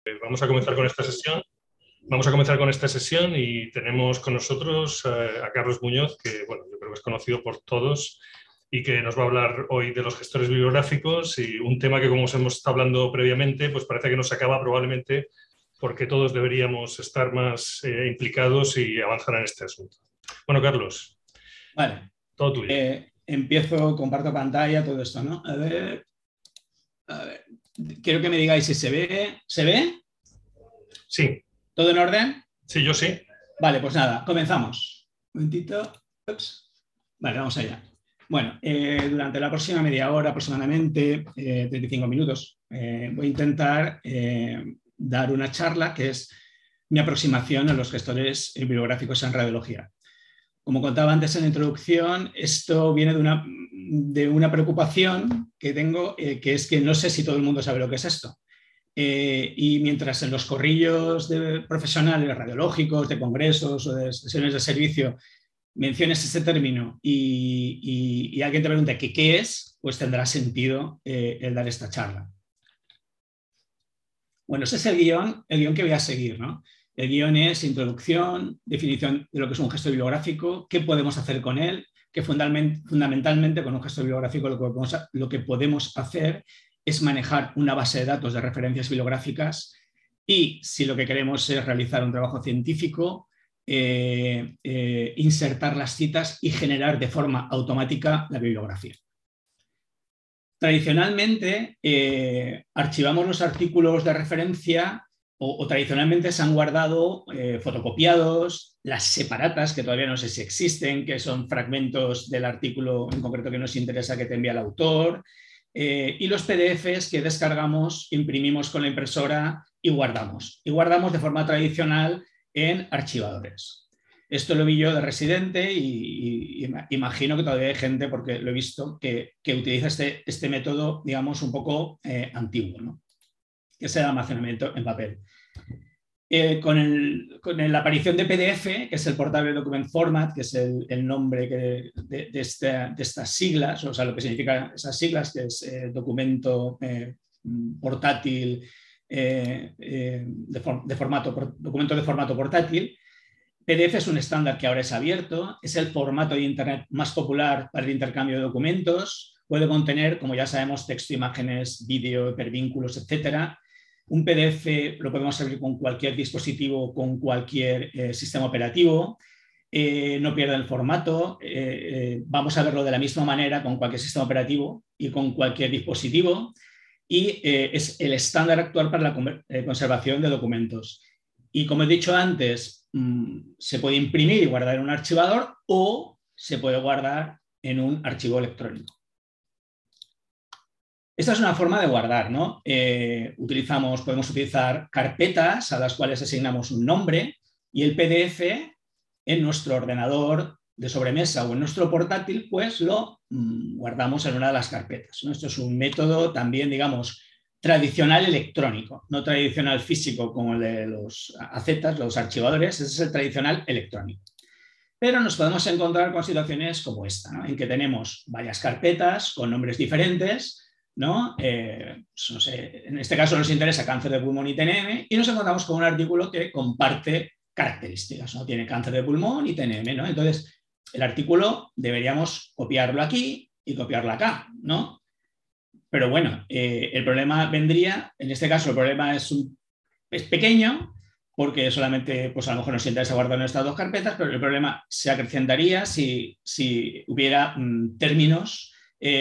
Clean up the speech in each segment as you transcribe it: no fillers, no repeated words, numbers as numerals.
Vamos a comenzar con esta sesión. Vamos a comenzar con esta sesión y tenemos con nosotros a Carlos Muñoz, que bueno, yo creo que es conocido por todos y que nos va a hablar hoy de los gestores bibliográficos y un tema que, como os hemos estado hablando previamente, pues parece que nos acaba probablemente porque todos deberíamos estar más implicados y avanzar en este asunto. Bueno, Carlos, vale. Todo tuyo. Empiezo, comparto pantalla, todo esto, ¿no? A ver. Quiero que me digáis si se ve. ¿Se ve? Sí. ¿Todo en orden? Sí, yo sí. Vale, pues nada, comenzamos. Un momentito. Ups. Vale, vamos allá. Bueno, durante la próxima media hora aproximadamente, 35 minutos, voy a intentar dar una charla que es mi aproximación a los gestores bibliográficos en radiología. Como contaba antes en la introducción, esto viene de una preocupación que tengo, que es que no sé si todo el mundo sabe lo que es esto. Y mientras en los corrillos de profesionales radiológicos, de congresos o de sesiones de servicio menciones este término y alguien te pregunta qué es, pues tendrá sentido el dar esta charla. Bueno, ese es el guión que voy a seguir, ¿no? El guión es introducción, definición de lo que es un gestor bibliográfico, qué podemos hacer con él, que fundamentalmente con un gestor bibliográfico lo que podemos hacer es manejar una base de datos de referencias bibliográficas y si lo que queremos es realizar un trabajo científico, insertar las citas y generar de forma automática la bibliografía. Tradicionalmente archivamos los artículos de referencia o tradicionalmente se han guardado fotocopiados, las separatas, que todavía no sé si existen, que son fragmentos del artículo en concreto que nos interesa que te envía el autor, y los PDFs que descargamos, imprimimos con la impresora y guardamos. Y guardamos de forma tradicional en archivadores. Esto lo vi yo de residente y imagino que todavía hay gente, porque lo he visto, que utiliza este método, digamos, un poco antiguo, ¿no? Que es el almacenamiento en papel. Con la aparición de PDF, que es el Portable Document Format, que es el nombre de estas siglas, o sea, lo que significan esas siglas, que es documento portátil, documento de formato portátil. PDF es un estándar que ahora es abierto, es el formato de Internet más popular para el intercambio de documentos, puede contener, como ya sabemos, texto, imágenes, vídeo, hipervínculos, etcétera. Un PDF lo podemos abrir con cualquier dispositivo, con cualquier sistema operativo, no pierde el formato, vamos a verlo de la misma manera con cualquier sistema operativo y con cualquier dispositivo y es el estándar actual para la conservación de documentos. Y como he dicho antes, se puede imprimir y guardar en un archivador o se puede guardar en un archivo electrónico. Esta es una forma de guardar, ¿no? Podemos utilizar carpetas a las cuales asignamos un nombre y el PDF en nuestro ordenador de sobremesa o en nuestro portátil, pues lo guardamos en una de las carpetas, ¿no? Esto es un método también, digamos, tradicional electrónico, no tradicional físico como el de los AZs, los archivadores, ese es el tradicional electrónico. Pero nos podemos encontrar con situaciones como esta, ¿no? En que tenemos varias carpetas con nombres diferentes, ¿no? No sé, en este caso nos interesa cáncer de pulmón y TNM y nos encontramos con un artículo que comparte características, ¿no? Tiene cáncer de pulmón y TNM, ¿no? Entonces, el artículo deberíamos copiarlo aquí y copiarlo acá, ¿no? Pero bueno, el problema vendría, en este caso el problema es pequeño, porque solamente, pues a lo mejor nos interesa guardar en estas dos carpetas, pero el problema se acrecentaría si hubiera términos,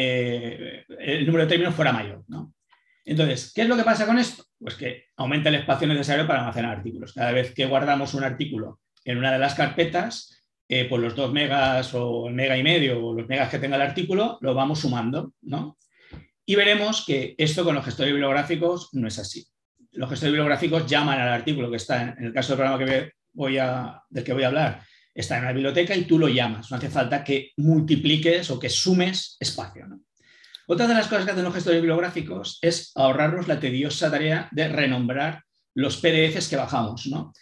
el número de términos fuera mayor, ¿no? Entonces, ¿qué es lo que pasa con esto? Pues que aumenta el espacio necesario para almacenar artículos. Cada vez que guardamos un artículo en una de las carpetas, pues los 2 megas o el mega y medio o los megas que tenga el artículo, lo vamos sumando, ¿no? Y veremos que esto con los gestores bibliográficos no es así. Los gestores bibliográficos llaman al artículo que está, en el caso del programa del que voy a hablar, está en una biblioteca y tú lo llamas. No hace falta que multipliques o que sumes espacio, ¿no? Otra de las cosas que hacen los gestores bibliográficos es ahorrarnos la tediosa tarea de renombrar los PDFs que bajamos, ¿no?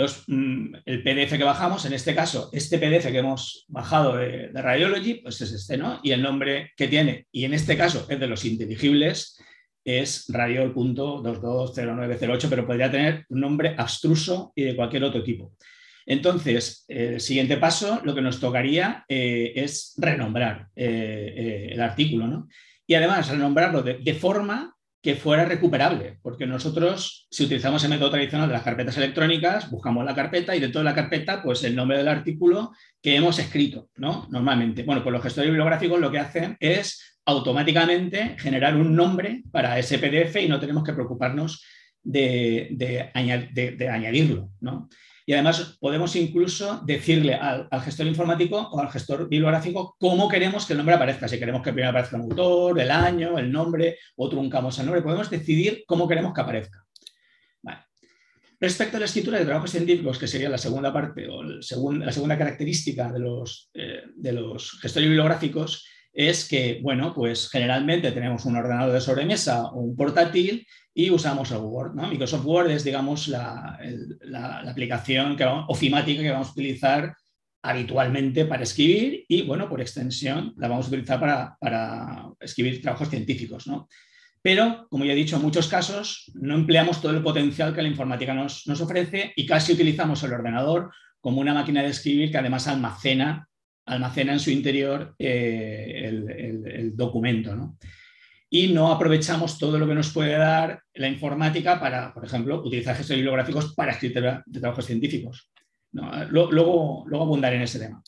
El PDF que bajamos, en este caso, este PDF que hemos bajado de Radiology, pues es este, ¿no? Y el nombre que tiene, y en este caso es de los inteligibles, es radiol.220908, pero podría tener un nombre abstruso y de cualquier otro tipo. Entonces, el siguiente paso, lo que nos tocaría es renombrar el artículo, ¿no? Y además renombrarlo de forma que fuera recuperable, porque nosotros, si utilizamos el método tradicional de las carpetas electrónicas, buscamos la carpeta y dentro de la carpeta, pues el nombre del artículo que hemos escrito, ¿no? Normalmente. Bueno, pues los gestores bibliográficos lo que hacen es automáticamente generar un nombre para ese PDF y no tenemos que preocuparnos de añadirlo, ¿no? Y además podemos incluso decirle al gestor informático o al gestor bibliográfico cómo queremos que el nombre aparezca. Si queremos que primero aparezca el autor, el año, el nombre, o truncamos el nombre, podemos decidir cómo queremos que aparezca. Vale. Respecto a la escritura de trabajos científicos, que sería la segunda parte o la segunda característica de los gestores bibliográficos, es que, bueno, pues generalmente tenemos un ordenador de sobremesa o un portátil y usamos el Word, ¿no? Microsoft Word es, digamos, la aplicación ofimática que vamos a utilizar habitualmente para escribir y, bueno, por extensión la vamos a utilizar para escribir trabajos científicos, ¿no? Pero, como ya he dicho, en muchos casos no empleamos todo el potencial que la informática nos ofrece y casi utilizamos el ordenador como una máquina de escribir que además almacena en su interior el documento, ¿no? Y no aprovechamos todo lo que nos puede dar la informática para, por ejemplo, utilizar gestores bibliográficos para escritura de trabajos científicos, ¿no? Luego abundaré en ese tema.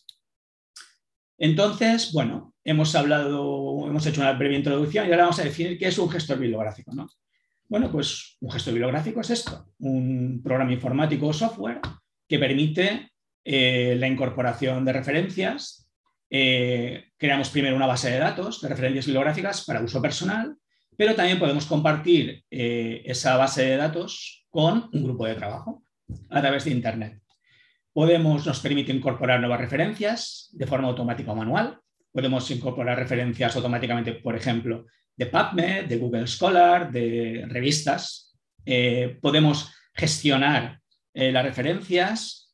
Entonces, bueno, hemos hecho una breve introducción y ahora vamos a definir qué es un gestor bibliográfico, ¿no? Bueno, pues un gestor bibliográfico es esto, un programa informático o software que permite la incorporación de referencias. Creamos primero una base de datos de referencias bibliográficas para uso personal, pero también podemos compartir esa base de datos con un grupo de trabajo a través de Internet. Nos permite incorporar nuevas referencias de forma automática o manual. Podemos incorporar referencias automáticamente, por ejemplo, de PubMed, de Google Scholar, de revistas. Podemos gestionar las referencias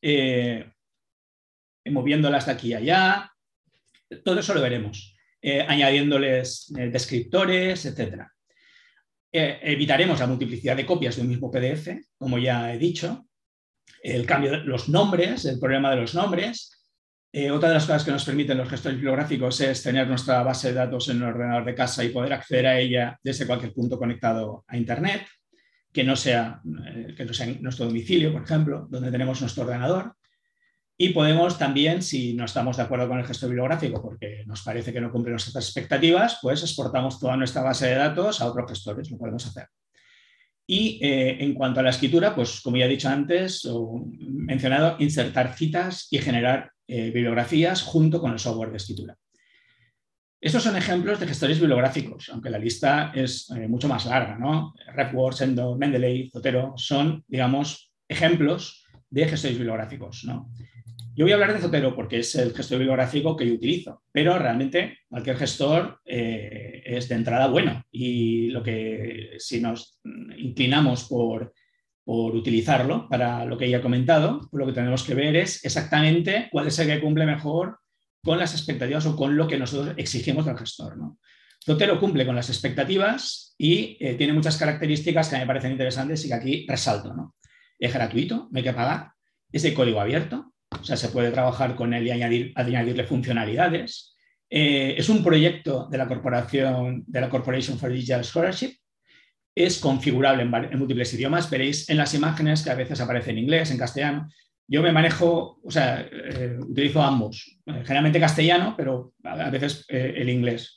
moviéndolas de aquí y allá. Todo eso lo veremos, añadiéndoles descriptores, etc. Evitaremos la multiplicidad de copias de un mismo PDF, como ya he dicho. El cambio de los nombres, el problema de los nombres. Otra de las cosas que nos permiten los gestores bibliográficos es tener nuestra base de datos en el ordenador de casa y poder acceder a ella desde cualquier punto conectado a Internet, que no sea nuestro domicilio, por ejemplo, donde tenemos nuestro ordenador. Y podemos también, si no estamos de acuerdo con el gestor bibliográfico porque nos parece que no cumple nuestras expectativas, pues exportamos toda nuestra base de datos a otros gestores, lo podemos hacer. Y en cuanto a la escritura, pues como ya he dicho antes, o mencionado, insertar citas y generar bibliografías junto con el software de escritura. Estos son ejemplos de gestores bibliográficos, aunque la lista es mucho más larga, ¿no? RepWorks, Endo, Mendeley, Zotero son, digamos, ejemplos de gestores bibliográficos, ¿no? Yo voy a hablar de Zotero porque es el gestor bibliográfico que yo utilizo, pero realmente cualquier gestor es de entrada bueno y si nos inclinamos por utilizarlo para lo que ya he comentado, pues lo que tenemos que ver es exactamente cuál es el que cumple mejor con las expectativas o con lo que nosotros exigimos del gestor, ¿no? Zotero cumple con las expectativas y tiene muchas características que me parecen interesantes y que aquí resalto, ¿no? Es gratuito, no hay que pagar, es de código abierto, o sea, se puede trabajar con él y añadirle funcionalidades. Es un proyecto de la Corporation for Digital Scholarship. Es configurable en múltiples idiomas. Veréis en las imágenes que a veces aparece en inglés, en castellano. Yo me manejo, o sea, utilizo ambos. Generalmente castellano, pero a veces el inglés.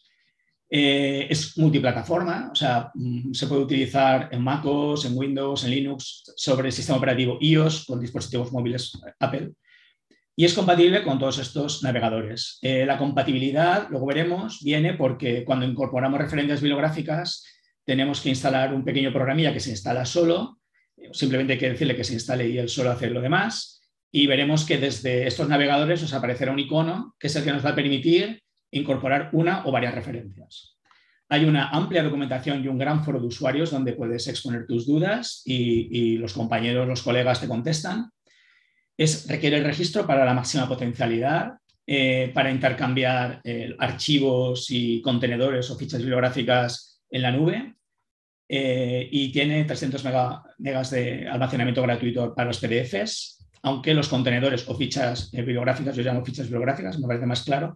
Es multiplataforma, o sea, se puede utilizar en MacOS, en Windows, en Linux, sobre el sistema operativo iOS, con dispositivos móviles Apple. Y es compatible con todos estos navegadores. La compatibilidad, luego veremos, viene porque cuando incorporamos referencias bibliográficas tenemos que instalar un pequeño programilla que se instala solo, simplemente hay que decirle que se instale y él solo hace lo demás, y veremos que desde estos navegadores os aparecerá un icono que es el que nos va a permitir incorporar una o varias referencias. Hay una amplia documentación y un gran foro de usuarios donde puedes exponer tus dudas y los compañeros, los colegas te contestan. Requiere el registro para la máxima potencialidad, para intercambiar archivos y contenedores o fichas bibliográficas en la nube. y tiene 300 megas de almacenamiento gratuito para los PDFs, aunque los contenedores o fichas bibliográficas, yo llamo fichas bibliográficas, me parece más claro,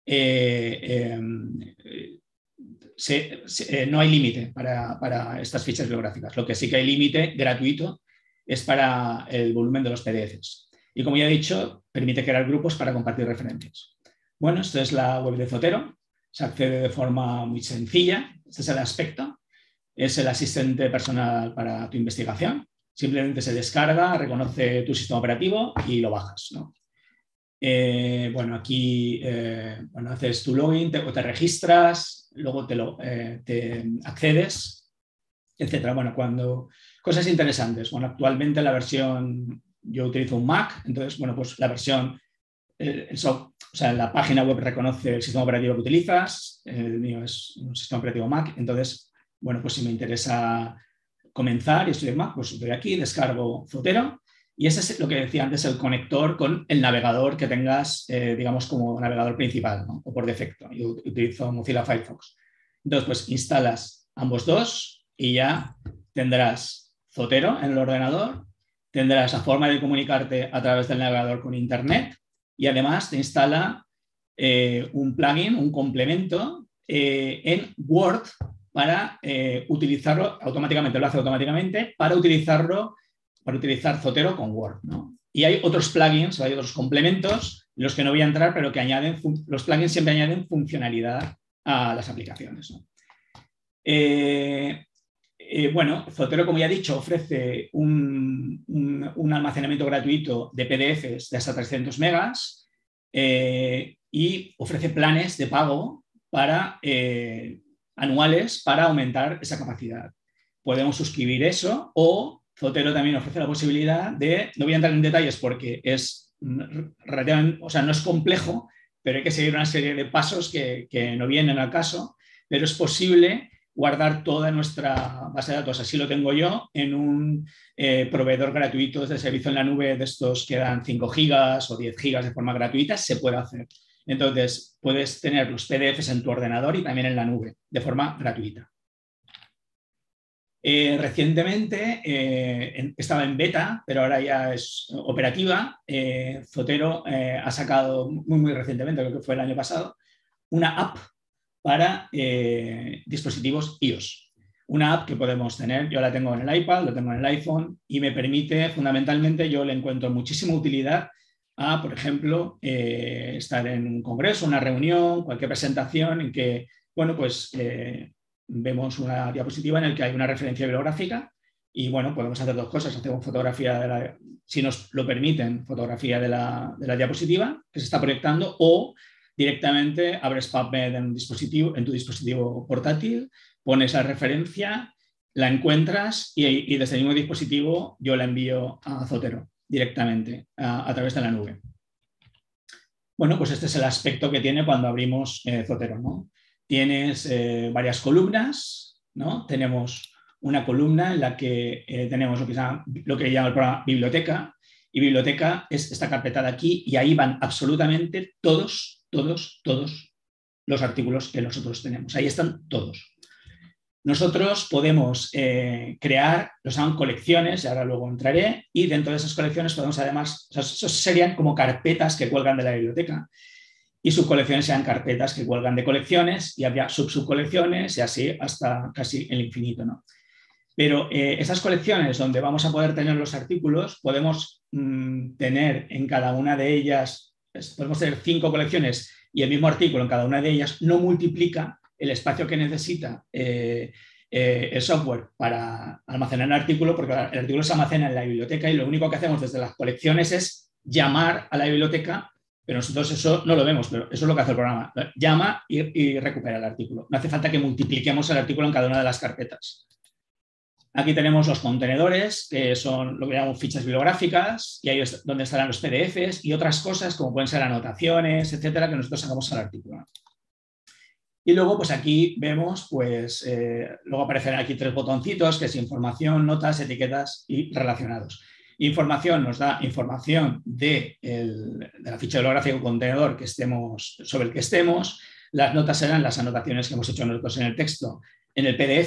no hay límite para estas fichas bibliográficas. Lo que sí que hay límite gratuito es para el volumen de los PDFs. Y como ya he dicho, permite crear grupos para compartir referencias. Bueno, esto es la web de Zotero. Se accede de forma muy sencilla. Este es el aspecto. Es el asistente personal para tu investigación. Simplemente se descarga, reconoce tu sistema operativo y lo bajas, ¿no? Bueno, aquí haces tu login, te registras, luego te accedes, etcétera. Bueno, cosas interesantes. Bueno, actualmente la versión, yo utilizo un Mac, entonces, bueno, pues la versión, la página web reconoce el sistema operativo que utilizas, el mío es un sistema operativo Mac, entonces, bueno, pues si me interesa comenzar y estoy en Mac, pues doy aquí, descargo Zotero. Y ese es lo que decía antes, el conector con el navegador que tengas, digamos, como navegador principal, ¿no? O por defecto. Yo utilizo Mozilla Firefox. Entonces, pues instalas ambos dos y ya tendrás Zotero en el ordenador, tendrás la forma de comunicarte a través del navegador con Internet y además te instala un plugin, un complemento en Word para utilizarlo automáticamente, lo hace automáticamente para utilizar Zotero con Word, ¿no? Y hay otros plugins, hay otros complementos, los que no voy a entrar, pero que añaden, los plugins siempre añaden funcionalidad a las aplicaciones, ¿no? Bueno, Zotero, como ya he dicho, ofrece un almacenamiento gratuito de PDFs de hasta 300 megas y ofrece planes de pago anuales para aumentar esa capacidad. Podemos suscribir eso o Zotero también ofrece la posibilidad de, no voy a entrar en detalles porque es relativamente, o sea, no es complejo, pero hay que seguir una serie de pasos que no vienen al caso, pero es posible guardar toda nuestra base de datos, así lo tengo yo, en un proveedor gratuito de servicio en la nube de estos que dan 5 gigas o 10 gigas de forma gratuita, se puede hacer. Entonces, puedes tener los PDFs en tu ordenador y también en la nube de forma gratuita. Recientemente estaba en beta, pero ahora ya es operativa. Zotero ha sacado muy recientemente, creo que fue el año pasado, una app para dispositivos iOS. Una app que podemos tener, yo la tengo en el iPad, lo tengo en el iPhone y me permite, fundamentalmente, yo le encuentro muchísima utilidad a, por ejemplo, estar en un congreso, una reunión, cualquier presentación en que, bueno, pues vemos una diapositiva en la que hay una referencia bibliográfica y, bueno, podemos hacer dos cosas. Hacemos fotografía, si nos lo permiten, fotografía de la diapositiva que se está proyectando o directamente abres PubMed en tu dispositivo portátil, pones la referencia, la encuentras y desde el mismo dispositivo yo la envío a Zotero directamente a través de la nube. Bueno, pues este es el aspecto que tiene cuando abrimos Zotero, ¿no? Tienes varias columnas, ¿no? Tenemos una columna en la que tenemos lo que llama el programa biblioteca, y biblioteca es esta carpeta de aquí y ahí van absolutamente todos los artículos que nosotros tenemos. Ahí están todos. Nosotros podemos crear, los llaman colecciones, y ahora luego entraré, y dentro de esas colecciones podemos además, o sea, esos serían como carpetas que cuelgan de la biblioteca. Y subcolecciones sean carpetas que cuelgan de colecciones y habría subcolecciones y así hasta casi el infinito, ¿no? Pero esas colecciones donde vamos a poder tener los artículos, podemos tener en cada una de ellas, podemos tener 5 colecciones y el mismo artículo en cada una de ellas no multiplica el espacio que necesita el software para almacenar el artículo, porque el artículo se almacena en la biblioteca y lo único que hacemos desde las colecciones es llamar a la biblioteca. Pero nosotros eso no lo vemos, pero eso es lo que hace el programa. Llama y recupera el artículo. No hace falta que multipliquemos el artículo en cada una de las carpetas. Aquí tenemos los contenedores, que son lo que llamamos fichas bibliográficas, y ahí es donde estarán los PDFs y otras cosas, como pueden ser anotaciones, etcétera, que nosotros sacamos al artículo. Y luego, pues aquí vemos, pues luego aparecerán aquí 3 botoncitos, que es información, notas, etiquetas y relacionados. Información nos da información de la ficha bibliográfica o contenedor sobre el que estemos. Las notas serán las anotaciones que hemos hecho nosotros en el texto, en el PDF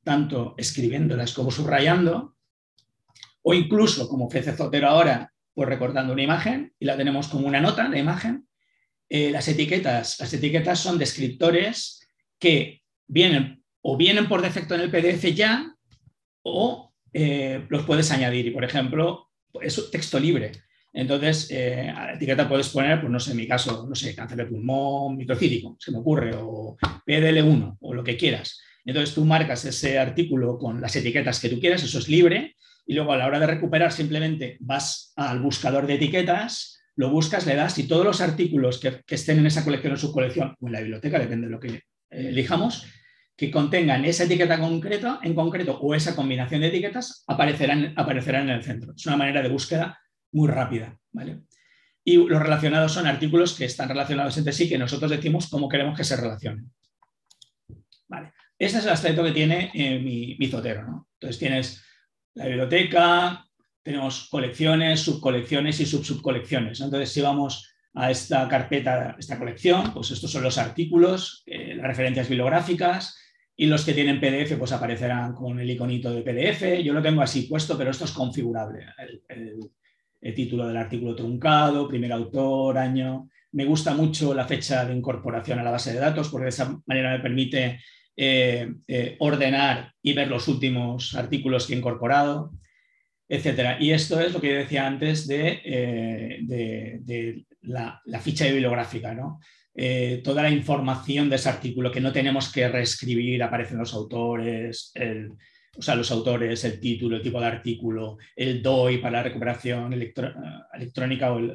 tanto escribiéndolas como subrayando, o incluso, como ofrece Zotero ahora, pues recortando una imagen y la tenemos como una nota, la imagen. Las etiquetas son descriptores que vienen por defecto en el PDF ya, o los puedes añadir. Y, por ejemplo, es un texto libre. Entonces, a la etiqueta puedes poner, pues no sé, en mi caso, no sé, cáncer de pulmón microcítico, se me ocurre, o PDL1, o lo que quieras. Entonces, tú marcas ese artículo con las etiquetas que tú quieras, eso es libre, y luego a la hora de recuperar simplemente vas al buscador de etiquetas, lo buscas, le das, y todos los artículos que estén en esa colección o subcolección, o en la biblioteca, depende de lo que elijamos, que contengan esa etiqueta en concreto o esa combinación de etiquetas, aparecerán en el centro. Es una manera de búsqueda muy rápida, ¿vale? Y los relacionados son artículos que están relacionados entre sí, que nosotros decimos cómo queremos que se relacionen. Vale. Este es el aspecto que tiene mi Zotero, ¿no? Entonces tienes la biblioteca, tenemos colecciones, subcolecciones y subcolecciones, ¿no? Entonces, si vamos a esta carpeta, esta colección, pues estos son los artículos, las referencias bibliográficas, y los que tienen PDF pues aparecerán con el iconito de PDF. Yo lo tengo así puesto, pero esto es configurable. El título del artículo truncado, primer autor, año. Me gusta mucho la fecha de incorporación a la base de datos, porque de esa manera me permite ordenar y ver los últimos artículos que he incorporado, etcétera. Y esto es lo que yo decía antes de la ficha bibliográfica, ¿no? Toda la información de ese artículo que no tenemos que reescribir, aparecen los autores, los autores, el título, el tipo de artículo, el DOI para la recuperación electrónica o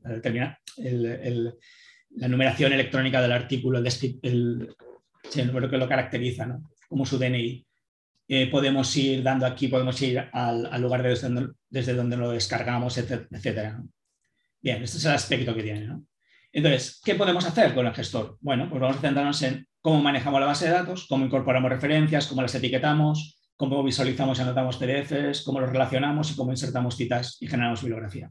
la numeración electrónica del artículo, el número que lo caracteriza, ¿no? Como su DNI. Podemos ir dando aquí, podemos ir al lugar desde donde lo descargamos, etcétera, ¿no? Bien, este es el aspecto que tiene, ¿no? Entonces, ¿qué podemos hacer con el gestor? Bueno, pues vamos a centrarnos en cómo manejamos la base de datos, cómo incorporamos referencias, cómo las etiquetamos, cómo visualizamos y anotamos PDFs, cómo los relacionamos y cómo insertamos citas y generamos bibliografía.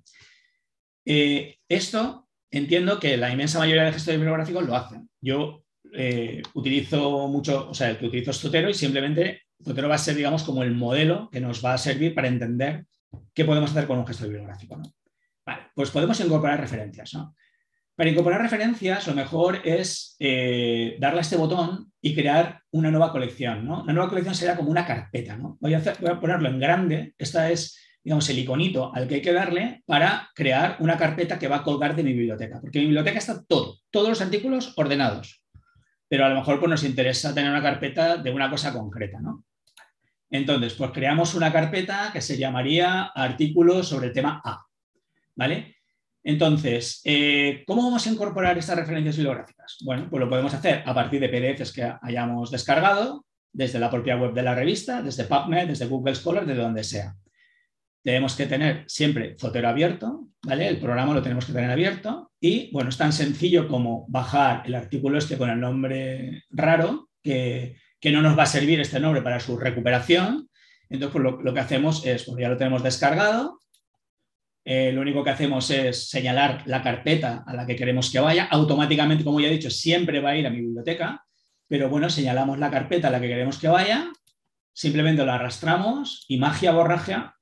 Esto entiendo que la inmensa mayoría de gestores bibliográficos lo hacen. Yo utilizo mucho, el que utilizo es Zotero, y simplemente Zotero va a ser, digamos, como el modelo que nos va a servir para entender qué podemos hacer con un gestor bibliográfico, ¿no? Vale, pues podemos incorporar referencias, ¿no? Para incorporar referencias, lo mejor es darle a este botón y crear una nueva colección, ¿no? Una nueva colección será como una carpeta, ¿no? Voy a ponerlo en grande. Esta es, digamos, el iconito al que hay que darle para crear una carpeta que va a colgar de mi biblioteca. Porque en mi biblioteca está todos los artículos ordenados. Pero a lo mejor pues, nos interesa tener una carpeta de una cosa concreta, ¿no? Entonces, pues creamos una carpeta que se llamaría artículos sobre el tema A, ¿vale? Entonces, ¿cómo vamos a incorporar estas referencias bibliográficas? Bueno, pues lo podemos hacer a partir de PDFs que hayamos descargado, desde la propia web de la revista, desde PubMed, desde Google Scholar, desde donde sea. Tenemos que tener siempre Zotero abierto, ¿vale? El programa lo tenemos que tener abierto y, bueno, es tan sencillo como bajar el artículo este con el nombre raro, que no nos va a servir este nombre para su recuperación. Entonces, pues lo que hacemos es, pues ya lo tenemos descargado, lo único que hacemos es señalar la carpeta a la que queremos que vaya. Automáticamente, como ya he dicho, siempre va a ir a mi biblioteca, pero bueno, señalamos la carpeta a la que queremos que vaya, simplemente la arrastramos y magia borragia,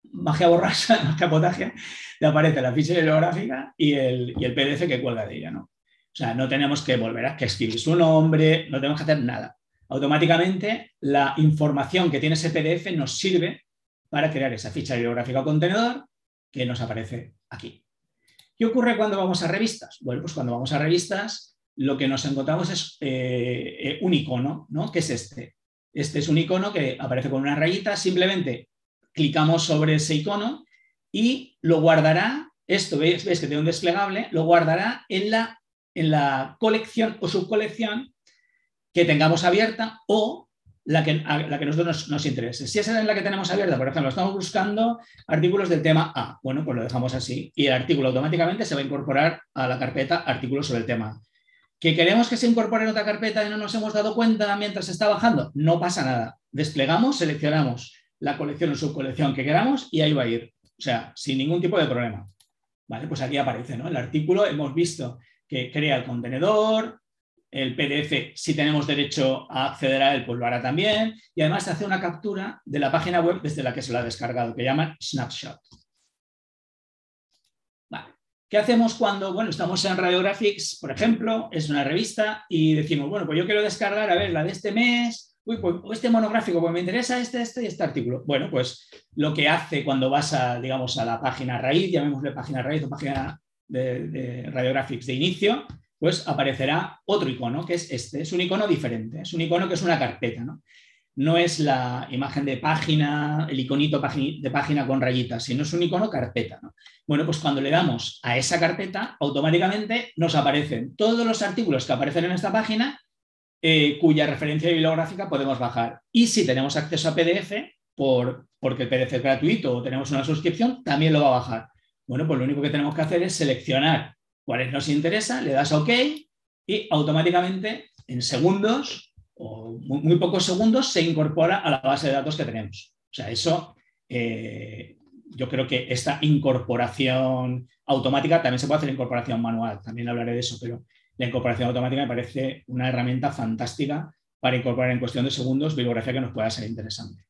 le aparece la ficha bibliográfica y el PDF que cuelga de ella, ¿no? O sea, no tenemos que volver a escribir su nombre, no tenemos que hacer nada. Automáticamente, la información que tiene ese PDF nos sirve para crear esa ficha bibliográfica o contenedor que nos aparece aquí. ¿Qué ocurre cuando vamos a revistas? Bueno, pues cuando vamos a revistas, lo que nos encontramos es un icono, ¿no? ¿Qué es este? Este es un icono que aparece con una rayita, simplemente clicamos sobre ese icono y lo guardará, esto veis que tiene un desplegable, lo guardará en la colección o subcolección que tengamos abierta o la que a nosotros nos interese. Si esa es la que tenemos abierta, por ejemplo, estamos buscando artículos del tema A, bueno, pues lo dejamos así y el artículo automáticamente se va a incorporar a la carpeta artículos sobre el tema A. ¿Que queremos que se incorpore en otra carpeta y no nos hemos dado cuenta mientras se está bajando? No pasa nada. Desplegamos, seleccionamos la colección o subcolección que queramos y ahí va a ir. O sea, sin ningún tipo de problema. Vale, pues aquí aparece, ¿no? El artículo hemos visto que crea el contenedor, El PDF, si tenemos derecho a acceder a él, pues lo hará también. Y además se hace una captura de la página web desde la que se lo ha descargado, que llaman Snapshot. Vale. ¿Qué hacemos cuando, bueno, estamos en Radiographics, por ejemplo, es una revista y decimos, bueno, pues yo quiero descargar, a ver, la de este mes, uy, pues este monográfico, pues me interesa este y este artículo. Bueno, pues lo que hace cuando vas a, digamos, a la página raíz, llamémosle página raíz o página de Radiographics de inicio, pues aparecerá otro icono, que es este. Es un icono diferente, es un icono que es una carpeta, ¿no? No es la imagen de página, el iconito de página con rayitas, sino es un icono carpeta, ¿no? Bueno, pues cuando le damos a esa carpeta, automáticamente nos aparecen todos los artículos que aparecen en esta página, cuya referencia bibliográfica podemos bajar. Y si tenemos acceso a PDF, porque el PDF es gratuito o tenemos una suscripción, también lo va a bajar. Bueno, pues lo único que tenemos que hacer es seleccionar cuáles nos interesa, le das a OK y automáticamente en segundos o muy pocos segundos se incorpora a la base de datos que tenemos. O sea, eso yo creo que esta incorporación automática también se puede hacer incorporación manual, también hablaré de eso, pero la incorporación automática me parece una herramienta fantástica para incorporar en cuestión de segundos bibliografía que nos pueda ser interesante.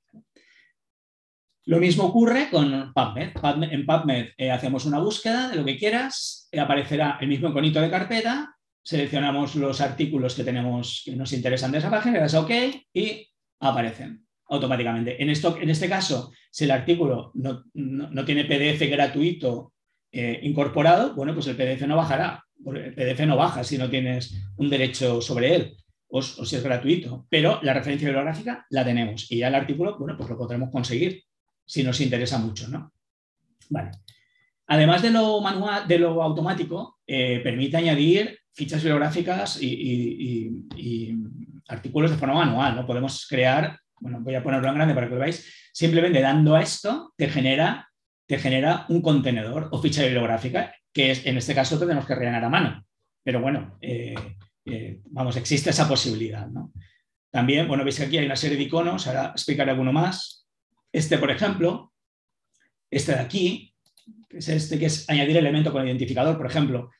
Lo mismo ocurre con PubMed. En PubMed hacemos una búsqueda de lo que quieras, aparecerá el mismo iconito de carpeta, seleccionamos los artículos que tenemos que nos interesan de esa página, le das a OK y aparecen automáticamente. En este caso, si el artículo no tiene PDF gratuito incorporado, bueno, pues el PDF no bajará. El PDF no baja si no tienes un derecho sobre él o si es gratuito, pero la referencia bibliográfica la tenemos y ya el artículo, bueno, pues lo podremos conseguir si nos interesa mucho, ¿no? Vale. Además de lo manual, de lo automático, permite añadir fichas bibliográficas y artículos de forma manual, ¿no? Podemos crear, bueno, voy a ponerlo en grande para que lo veáis, simplemente dando a esto te genera un contenedor o ficha bibliográfica, que es, en este caso tenemos que rellenar a mano. Pero bueno, vamos, existe esa posibilidad, ¿no? También, bueno, veis que aquí hay una serie de iconos, ahora explicaré alguno más. Este, por ejemplo, este de aquí, que es añadir elemento con identificador, por ejemplo.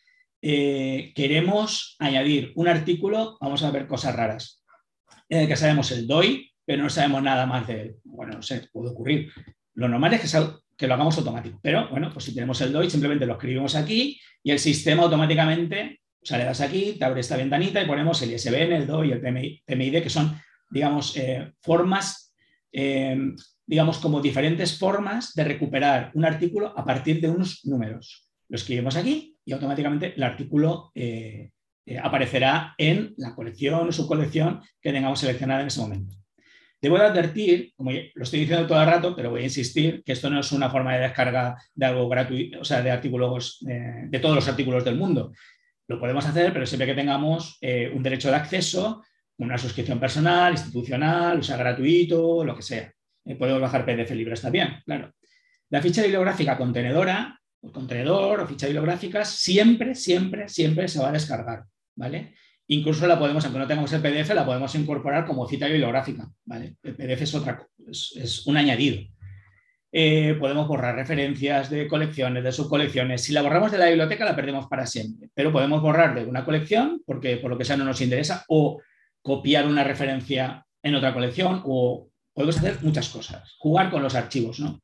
Queremos añadir un artículo, vamos a ver cosas raras, en el que sabemos el DOI, pero no sabemos nada más de él. Bueno, no sé, puede ocurrir. Lo normal es que lo hagamos automático, pero bueno, pues si tenemos el DOI, simplemente lo escribimos aquí y el sistema automáticamente, o sea, le das aquí, te abre esta ventanita y ponemos el ISBN, el DOI y el PMID, que son, digamos, formas, digamos, como diferentes formas de recuperar un artículo a partir de unos números. Lo escribimos aquí y automáticamente el artículo aparecerá en la colección o subcolección que tengamos seleccionada en ese momento. Debo de advertir, como lo estoy diciendo todo el rato, pero voy a insistir, que esto no es una forma de descarga de algo gratuito, o sea, de artículos, de todos los artículos del mundo. Lo podemos hacer, pero siempre que tengamos un derecho de acceso, una suscripción personal, institucional, o sea, gratuito, lo que sea. Podemos bajar PDF libres también, claro. La ficha bibliográfica contenedora, o contenedor o ficha bibliográfica, siempre se va a descargar, ¿vale? Incluso la podemos, aunque no tengamos el PDF, la podemos incorporar como cita bibliográfica, ¿vale? El PDF es un añadido. Podemos borrar referencias de colecciones, de subcolecciones. Si la borramos de la biblioteca, la perdemos para siempre, pero podemos borrar de una colección porque por lo que sea no nos interesa, o copiar una referencia en otra colección, o podemos hacer muchas cosas. Jugar con los archivos, ¿no?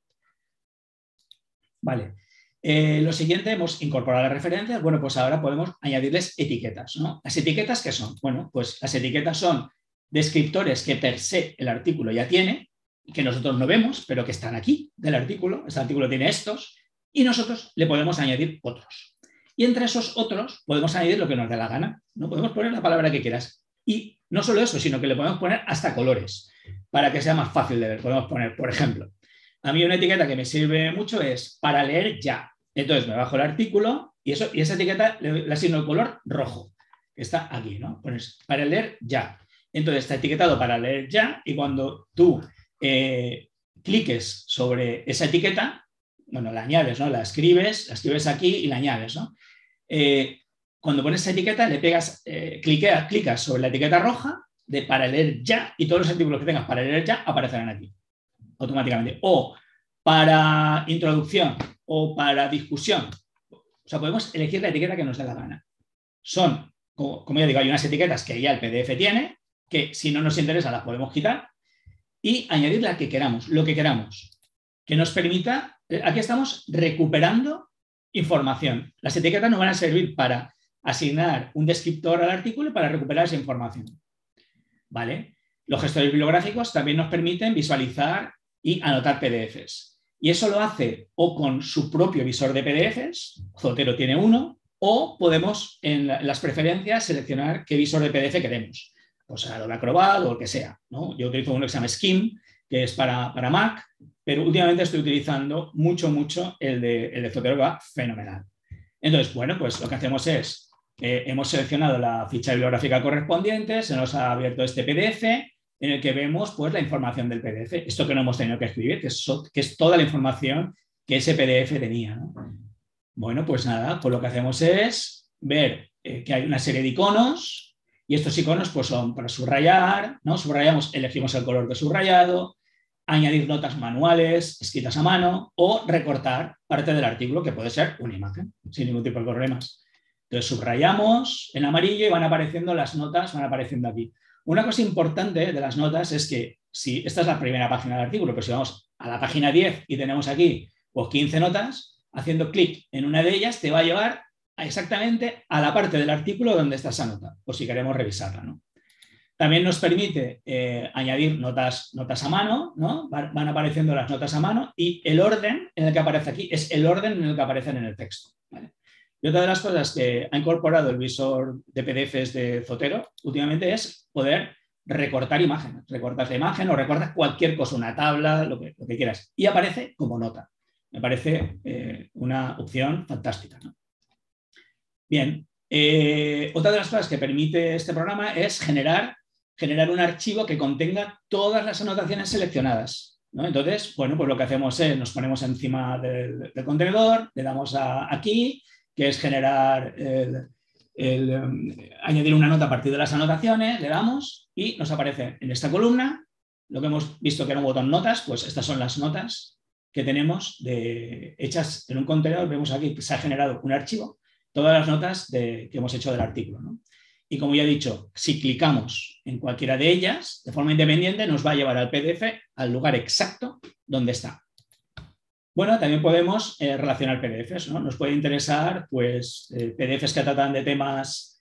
Vale. Lo siguiente, hemos incorporado las referencias. Bueno, pues ahora podemos añadirles etiquetas, ¿no? ¿Las etiquetas qué son? Bueno, pues las etiquetas son descriptores que per se el artículo ya tiene, que nosotros no vemos, pero que están aquí del artículo. Este artículo tiene estos y nosotros le podemos añadir otros. Y entre esos otros podemos añadir lo que nos dé la gana, ¿no? Podemos poner la palabra que quieras. Y no solo eso, sino que le podemos poner hasta colores para que sea más fácil de ver. Podemos poner, por ejemplo, a mí una etiqueta que me sirve mucho es para leer ya. Entonces me bajo el artículo y esa etiqueta le asigno el color rojo, que está aquí, ¿no? Pones para leer ya. Entonces está etiquetado para leer ya y cuando tú cliques sobre esa etiqueta, bueno, la añades, ¿no? La escribes aquí y la añades, ¿no? Cuando pones esa etiqueta, le pegas, clicas sobre la etiqueta roja de para leer ya y todos los artículos que tengas para leer ya aparecerán aquí automáticamente. O para introducción o para discusión. O sea, podemos elegir la etiqueta que nos dé la gana. Son como ya digo, hay unas etiquetas que ya el PDF tiene, que si no nos interesa las podemos quitar, y añadir la que queramos, lo que queramos, que nos permita, aquí estamos recuperando información. Las etiquetas nos van a servir para asignar un descriptor al artículo y para recuperar esa información. ¿Vale? Los gestores bibliográficos también nos permiten visualizar y anotar PDFs. Y eso lo hace o con su propio visor de PDFs, Zotero tiene uno, o podemos en las preferencias seleccionar qué visor de PDF queremos. Pues Adobe Acrobat o el que sea, ¿no? Yo utilizo uno que se llama Skim, que es para Mac, pero últimamente estoy utilizando mucho el de Zotero, que va fenomenal. Entonces, bueno, pues lo que hacemos es, hemos seleccionado la ficha bibliográfica correspondiente, se nos ha abierto este PDF en el que vemos pues, la información del PDF. Esto que no hemos tenido que escribir, que es toda la información que ese PDF tenía, ¿no? Bueno, pues nada, pues lo que hacemos es ver que hay una serie de iconos y estos iconos pues, son para subrayar, ¿no? Subrayamos, elegimos el color de subrayado, añadir notas manuales escritas a mano o recortar parte del artículo, que puede ser una imagen, sin ningún tipo de problemas. Entonces subrayamos en amarillo y van apareciendo las notas, van apareciendo aquí. Una cosa importante de las notas es que si esta es la primera página del artículo, pero si vamos a la página 10 y tenemos aquí pues, 15 notas, haciendo clic en una de ellas te va a llevar exactamente a la parte del artículo donde está esa nota, por si queremos revisarla, ¿no? También nos permite añadir notas a mano, ¿no? Van apareciendo las notas a mano y el orden en el que aparece aquí es el orden en el que aparecen en el texto, ¿vale? Y otra de las cosas que ha incorporado el visor de PDFs de Zotero últimamente es poder recortar imágenes. Recortas la imagen o recortas cualquier cosa, una tabla, lo que quieras, y aparece como nota. Me parece una opción fantástica, ¿no? Bien, otra de las cosas que permite este programa es generar un archivo que contenga todas las anotaciones seleccionadas, ¿no? Entonces, bueno, pues lo que hacemos es nos ponemos encima del contenedor, le damos aquí, que es generar añadir una nota a partir de las anotaciones, le damos y nos aparece en esta columna lo que hemos visto que era un botón notas, pues estas son las notas que tenemos hechas en un contenedor. Vemos aquí que se ha generado un archivo, todas las notas que hemos hecho del artículo, ¿no? Y como ya he dicho, si clicamos en cualquiera de ellas, de forma independiente, nos va a llevar al PDF al lugar exacto donde está. Bueno, también podemos relacionar PDFs, ¿no? Nos puede interesar pues, PDFs que tratan de temas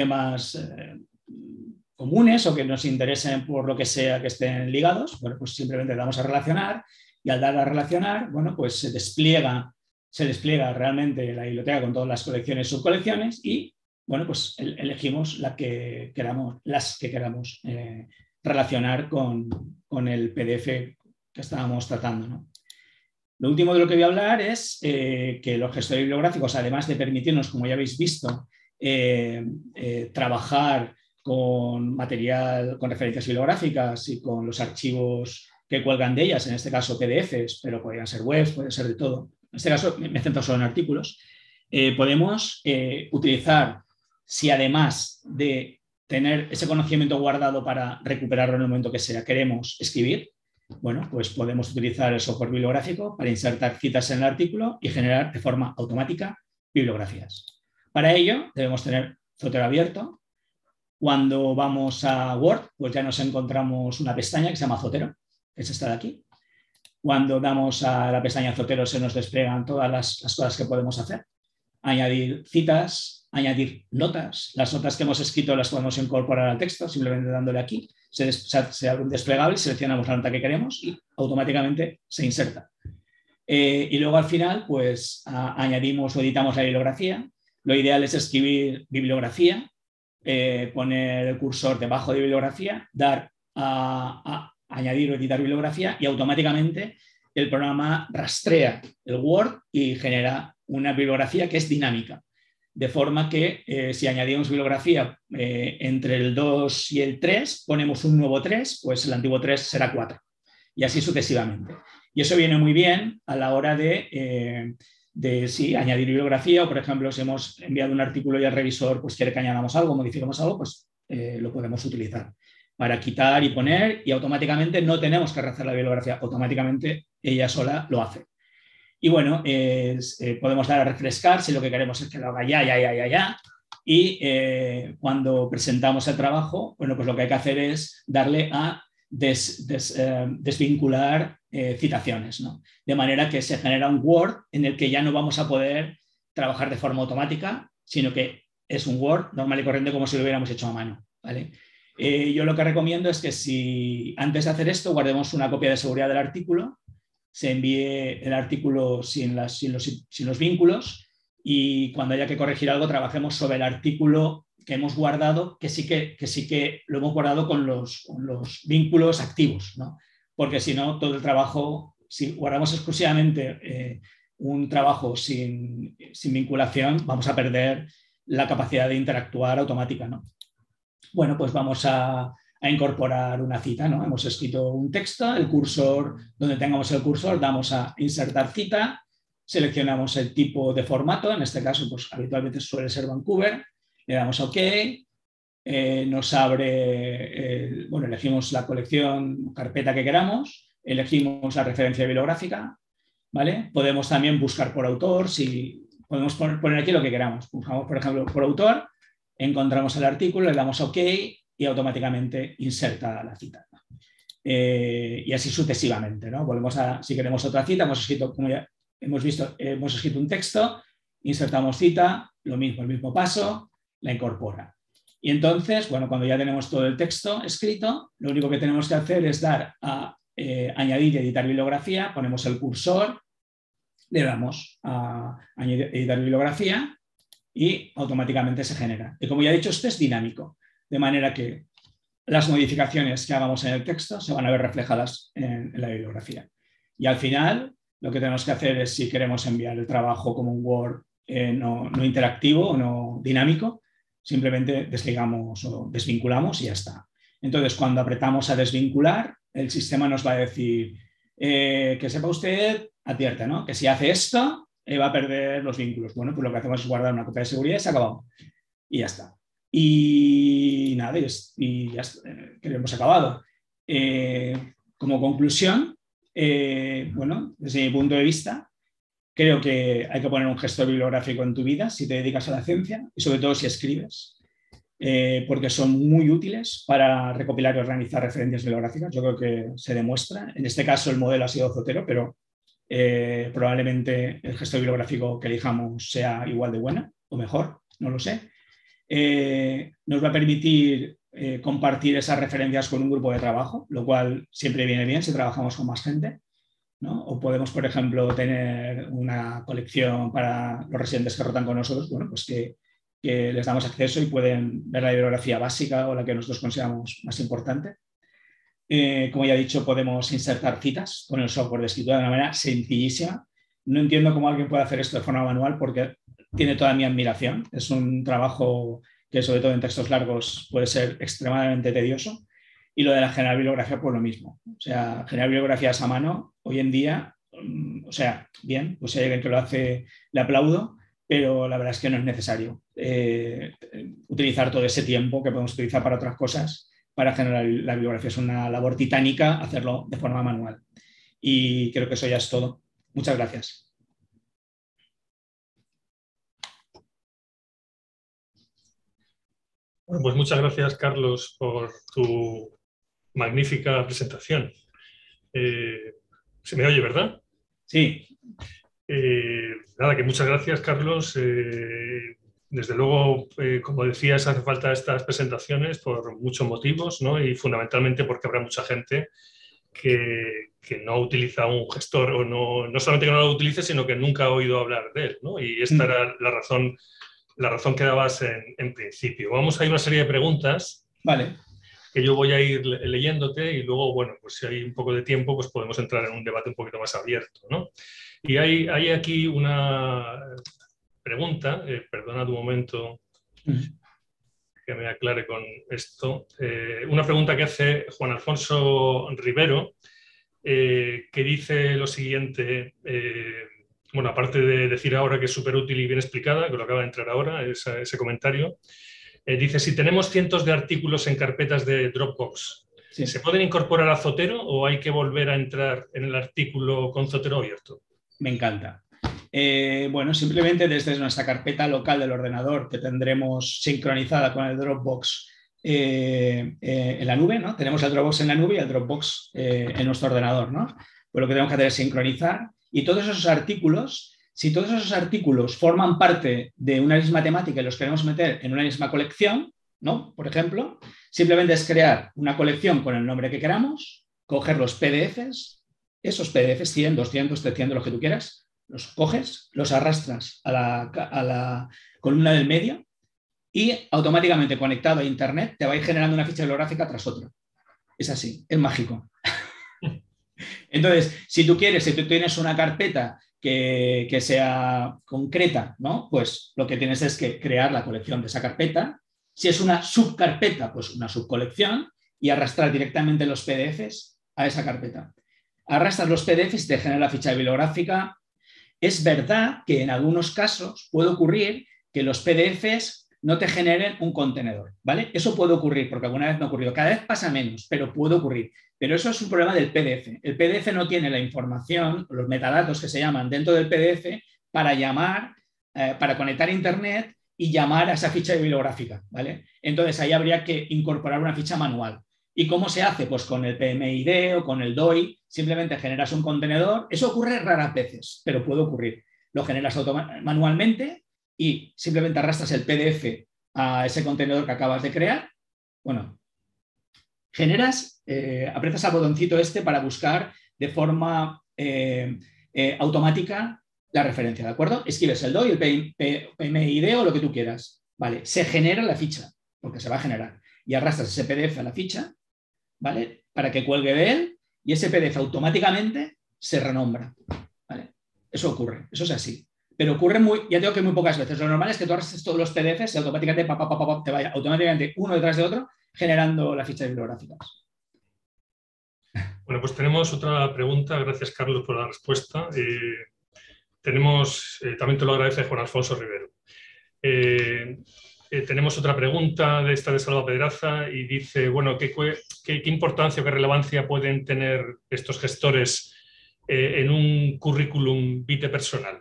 comunes o que nos interesen por lo que sea que estén ligados. Bueno, pues simplemente damos a relacionar y al dar a relacionar, bueno, pues se despliega realmente la biblioteca con todas las colecciones y subcolecciones y, bueno, pues elegimos las que queramos relacionar con el PDF que estábamos tratando, ¿no? Lo último de lo que voy a hablar es que los gestores bibliográficos, además de permitirnos, como ya habéis visto, trabajar con material, con referencias bibliográficas y con los archivos que cuelgan de ellas, en este caso PDFs, pero podrían ser webs, puede ser de todo. En este caso me centro solo en artículos. Podemos utilizar, si además de tener ese conocimiento guardado para recuperarlo en el momento que sea, queremos escribir, bueno, pues podemos utilizar el software bibliográfico para insertar citas en el artículo y generar de forma automática bibliografías. Para ello debemos tener Zotero abierto. Cuando vamos a Word, pues ya nos encontramos una pestaña que se llama Zotero, que es esta de aquí. Cuando damos a la pestaña Zotero se nos despliegan todas las cosas que podemos hacer. Añadir citas, añadir notas. Las notas que hemos escrito las podemos incorporar al texto simplemente dándole aquí. Se abre un desplegable, seleccionamos la nota que queremos y automáticamente se inserta. Y luego al final pues añadimos o editamos la bibliografía. Lo ideal es escribir bibliografía, poner el cursor debajo de bibliografía, dar a añadir o editar bibliografía y automáticamente el programa rastrea el Word y genera una bibliografía que es dinámica. De forma que si añadimos bibliografía entre el 2 y el 3, ponemos un nuevo 3, pues el antiguo 3 será 4. Y así sucesivamente. Y eso viene muy bien a la hora de añadir bibliografía o, por ejemplo, si hemos enviado un artículo y el revisor pues, quiere que añadamos algo, modifiquemos algo, pues lo podemos utilizar para quitar y poner y automáticamente no tenemos que rehacer la bibliografía, automáticamente ella sola lo hace. Y bueno, podemos dar a refrescar si lo que queremos es que lo haga ya. Y cuando presentamos el trabajo, bueno, pues lo que hay que hacer es darle a desvincular citaciones, ¿no? De manera que se genera un Word en el que ya no vamos a poder trabajar de forma automática, sino que es un Word normal y corriente como si lo hubiéramos hecho a mano, ¿vale? Yo lo que recomiendo es que si antes de hacer esto guardemos una copia de seguridad del artículo, se envíe el artículo sin los vínculos y cuando haya que corregir algo trabajemos sobre el artículo que hemos guardado, que sí que lo hemos guardado con los vínculos activos, ¿no? Porque si no, todo el trabajo, si guardamos exclusivamente un trabajo sin vinculación, vamos a perder la capacidad de interactuar automática, ¿no? Bueno, pues vamos a incorporar una cita, ¿no? Hemos escrito un texto, el cursor, donde tengamos el cursor, damos a insertar cita, seleccionamos el tipo de formato, en este caso, pues habitualmente suele ser Vancouver, le damos a OK, nos abre, bueno, elegimos la colección, carpeta que queramos, elegimos la referencia bibliográfica, ¿vale? Podemos también buscar por autor, si podemos poner aquí lo que queramos. Buscamos, por ejemplo, por autor, encontramos el artículo, le damos a OK y automáticamente inserta la cita. Y así sucesivamente, ¿no? Volvemos a, si queremos otra cita, hemos escrito, como ya hemos visto, hemos escrito un texto, insertamos cita, lo mismo, el mismo paso, la incorpora. Y entonces, bueno, cuando ya tenemos todo el texto escrito, lo único que tenemos que hacer es dar a añadir y editar bibliografía, ponemos el cursor, le damos a añadir, editar bibliografía y automáticamente se genera. Y como ya he dicho, esto es dinámico, de manera que las modificaciones que hagamos en el texto se van a ver reflejadas en la bibliografía. Y al final, lo que tenemos que hacer es, si queremos enviar el trabajo como un Word no interactivo o no dinámico, simplemente desligamos o desvinculamos y ya está. Entonces, cuando apretamos a desvincular, el sistema nos va a decir que sepa usted, advierte, ¿no? Que si hace esto, va a perder los vínculos. Bueno, pues lo que hacemos es guardar una copia de seguridad y se acabó. Y ya está. Y nada, y ya que hemos acabado. Como conclusión, bueno, desde mi punto de vista, creo que hay que poner un gestor bibliográfico en tu vida si te dedicas a la ciencia y sobre todo si escribes, porque son muy útiles para recopilar y organizar referencias bibliográficas. Yo creo que se demuestra. En este caso el modelo ha sido Zotero, pero probablemente el gestor bibliográfico que elijamos sea igual de buena o mejor, no lo sé. Nos va a permitir compartir esas referencias con un grupo de trabajo, lo cual siempre viene bien si trabajamos con más gente, ¿no? O podemos, por ejemplo, tener una colección para los residentes que rotan con nosotros, bueno, pues que les damos acceso y pueden ver la bibliografía básica o la que nosotros consideramos más importante. Como ya he dicho, podemos insertar citas con el software de escritura de una manera sencillísima. No entiendo cómo alguien puede hacer esto de forma manual porque tiene toda mi admiración. Es un trabajo que, sobre todo en textos largos, puede ser extremadamente tedioso. Y lo de la generar bibliografía, pues lo mismo. O sea, generar bibliografías a mano, hoy en día, o sea, bien, pues si hay alguien que lo hace, le aplaudo, pero la verdad es que no es necesario utilizar todo ese tiempo que podemos utilizar para otras cosas para generar la bibliografía. Es una labor titánica hacerlo de forma manual. Y creo que eso ya es todo. Muchas gracias. Bueno, pues muchas gracias, Carlos, por tu magnífica presentación. Se me oye, ¿verdad? Sí. Nada, que muchas gracias, Carlos. Desde luego, como decías, hace falta estas presentaciones por muchos motivos, ¿no? Y fundamentalmente porque habrá mucha gente que no utiliza un gestor o no solamente que no lo utilice, sino que nunca ha oído hablar de él, ¿no? Y esta era la razón que dabas en principio. Vamos a ir a una serie de preguntas. Vale. Que yo voy a ir leyéndote y luego, bueno, pues si hay un poco de tiempo, pues podemos entrar en un debate un poquito más abierto, ¿no? Y hay aquí una pregunta, perdonad un momento que me aclare con esto, una pregunta que hace Juan Alfonso Rivero, que dice lo siguiente, bueno, aparte de decir ahora que es súper útil y bien explicada, que lo acaba de entrar ahora, ese comentario, dice, si tenemos cientos de artículos en carpetas de Dropbox, sí, ¿se pueden incorporar a Zotero o hay que volver a entrar en el artículo con Zotero abierto? Me encanta. Bueno, simplemente desde nuestra carpeta local del ordenador que tendremos sincronizada con el Dropbox en la nube, ¿no? Tenemos el Dropbox en la nube y el Dropbox en nuestro ordenador, ¿no? Pues lo que tenemos que hacer es sincronizar y todos esos artículos, si todos esos artículos forman parte de una misma temática y los queremos meter en una misma colección, ¿no? Por ejemplo, simplemente es crear una colección con el nombre que queramos, coger los PDFs, esos PDFs 100, 200, 300, los que tú quieras, los coges, los arrastras a la columna del medio y automáticamente conectado a Internet te va a ir generando una ficha bibliográfica tras otra. Es así, es mágico. Entonces, si tú tienes una carpeta que sea concreta, ¿no? Pues lo que tienes es que crear la colección de esa carpeta. Si es una subcarpeta, pues una subcolección y arrastrar directamente los PDFs a esa carpeta. Arrastras los PDFs y te genera la ficha bibliográfica. Es verdad que en algunos casos puede ocurrir que los PDFs no te generen un contenedor, ¿vale? Eso puede ocurrir, porque alguna vez me ha ocurrido. Cada vez pasa menos, pero puede ocurrir. Pero eso es un problema del PDF. El PDF no tiene la información, los metadatos que se llaman dentro del PDF para llamar, para conectar a Internet y llamar a esa ficha bibliográfica, ¿vale? Entonces ahí habría que incorporar una ficha manual. ¿Y cómo se hace? Pues con el PMID o con el DOI, simplemente generas un contenedor. Eso ocurre raras veces, pero puede ocurrir. Lo generas manualmente y simplemente arrastras el PDF a ese contenedor que acabas de crear. Bueno, generas, aprietas al botoncito este para buscar de forma automática la referencia, ¿de acuerdo? Escribes el DOI, el PMID o lo que tú quieras. Vale, se genera la ficha, porque se va a generar. Y arrastras ese PDF a la ficha, ¿vale? Para que cuelgue de él y ese PDF automáticamente se renombra, ¿vale? Eso ocurre, eso es así. Pero ocurre ya digo que muy pocas veces. Lo normal es que tú arrastres todos los PDFs y automáticamente te vaya automáticamente uno detrás de otro generando las fichas bibliográficas. Bueno, pues tenemos otra pregunta. Gracias, Carlos, por la respuesta. También te lo agradece Juan Alfonso Rivero. Tenemos otra pregunta de esta de Salva Pedraza y dice, bueno, ¿qué importancia o qué relevancia pueden tener estos gestores en un currículum vitae personal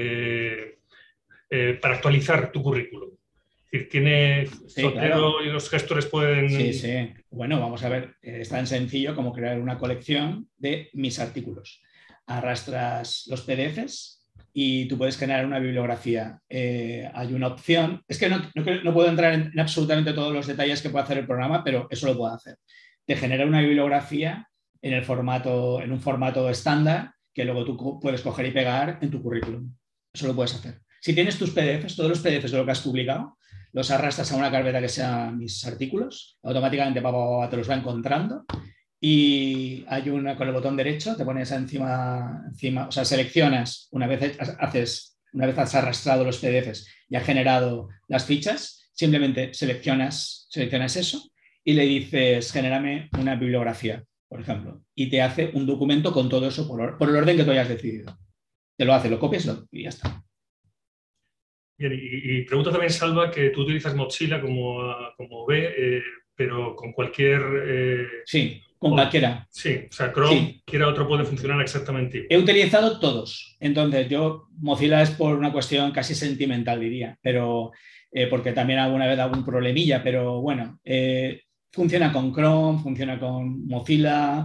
para actualizar tu currículum? Es decir, Zotero, claro. Y los gestores pueden... Sí. Bueno, vamos a ver, es tan sencillo como crear una colección de mis artículos. Arrastras los PDFs y tú puedes generar una bibliografía. Hay una opción, es que no puedo entrar en absolutamente todos los detalles que puede hacer el programa, pero eso lo puedo hacer. Te genera una bibliografía en un formato estándar que luego tú puedes coger y pegar en tu currículum. Eso lo puedes hacer. Si tienes tus PDFs, todos los PDFs de lo que has publicado, los arrastras a una carpeta que sea mis artículos, automáticamente te los va encontrando y hay con el botón derecho, te pones encima, o sea, seleccionas, una vez has arrastrado los PDFs y has generado las fichas, simplemente seleccionas eso y le dices, genérame una bibliografía, por ejemplo, y te hace un documento con todo eso por el orden que tú hayas decidido. Te lo hace, lo copias y ya está. Bien, y pregunta también Salva que tú utilizas Mozilla como ve, pero con cualquier... Sí, con cualquiera. Sí, o sea, Chrome, sí. Cualquiera otro puede funcionar exactamente igual. He utilizado todos. Entonces, Mozilla es por una cuestión casi sentimental, diría, pero porque también alguna vez hago un problemilla, pero bueno, funciona con Chrome, funciona con Mozilla,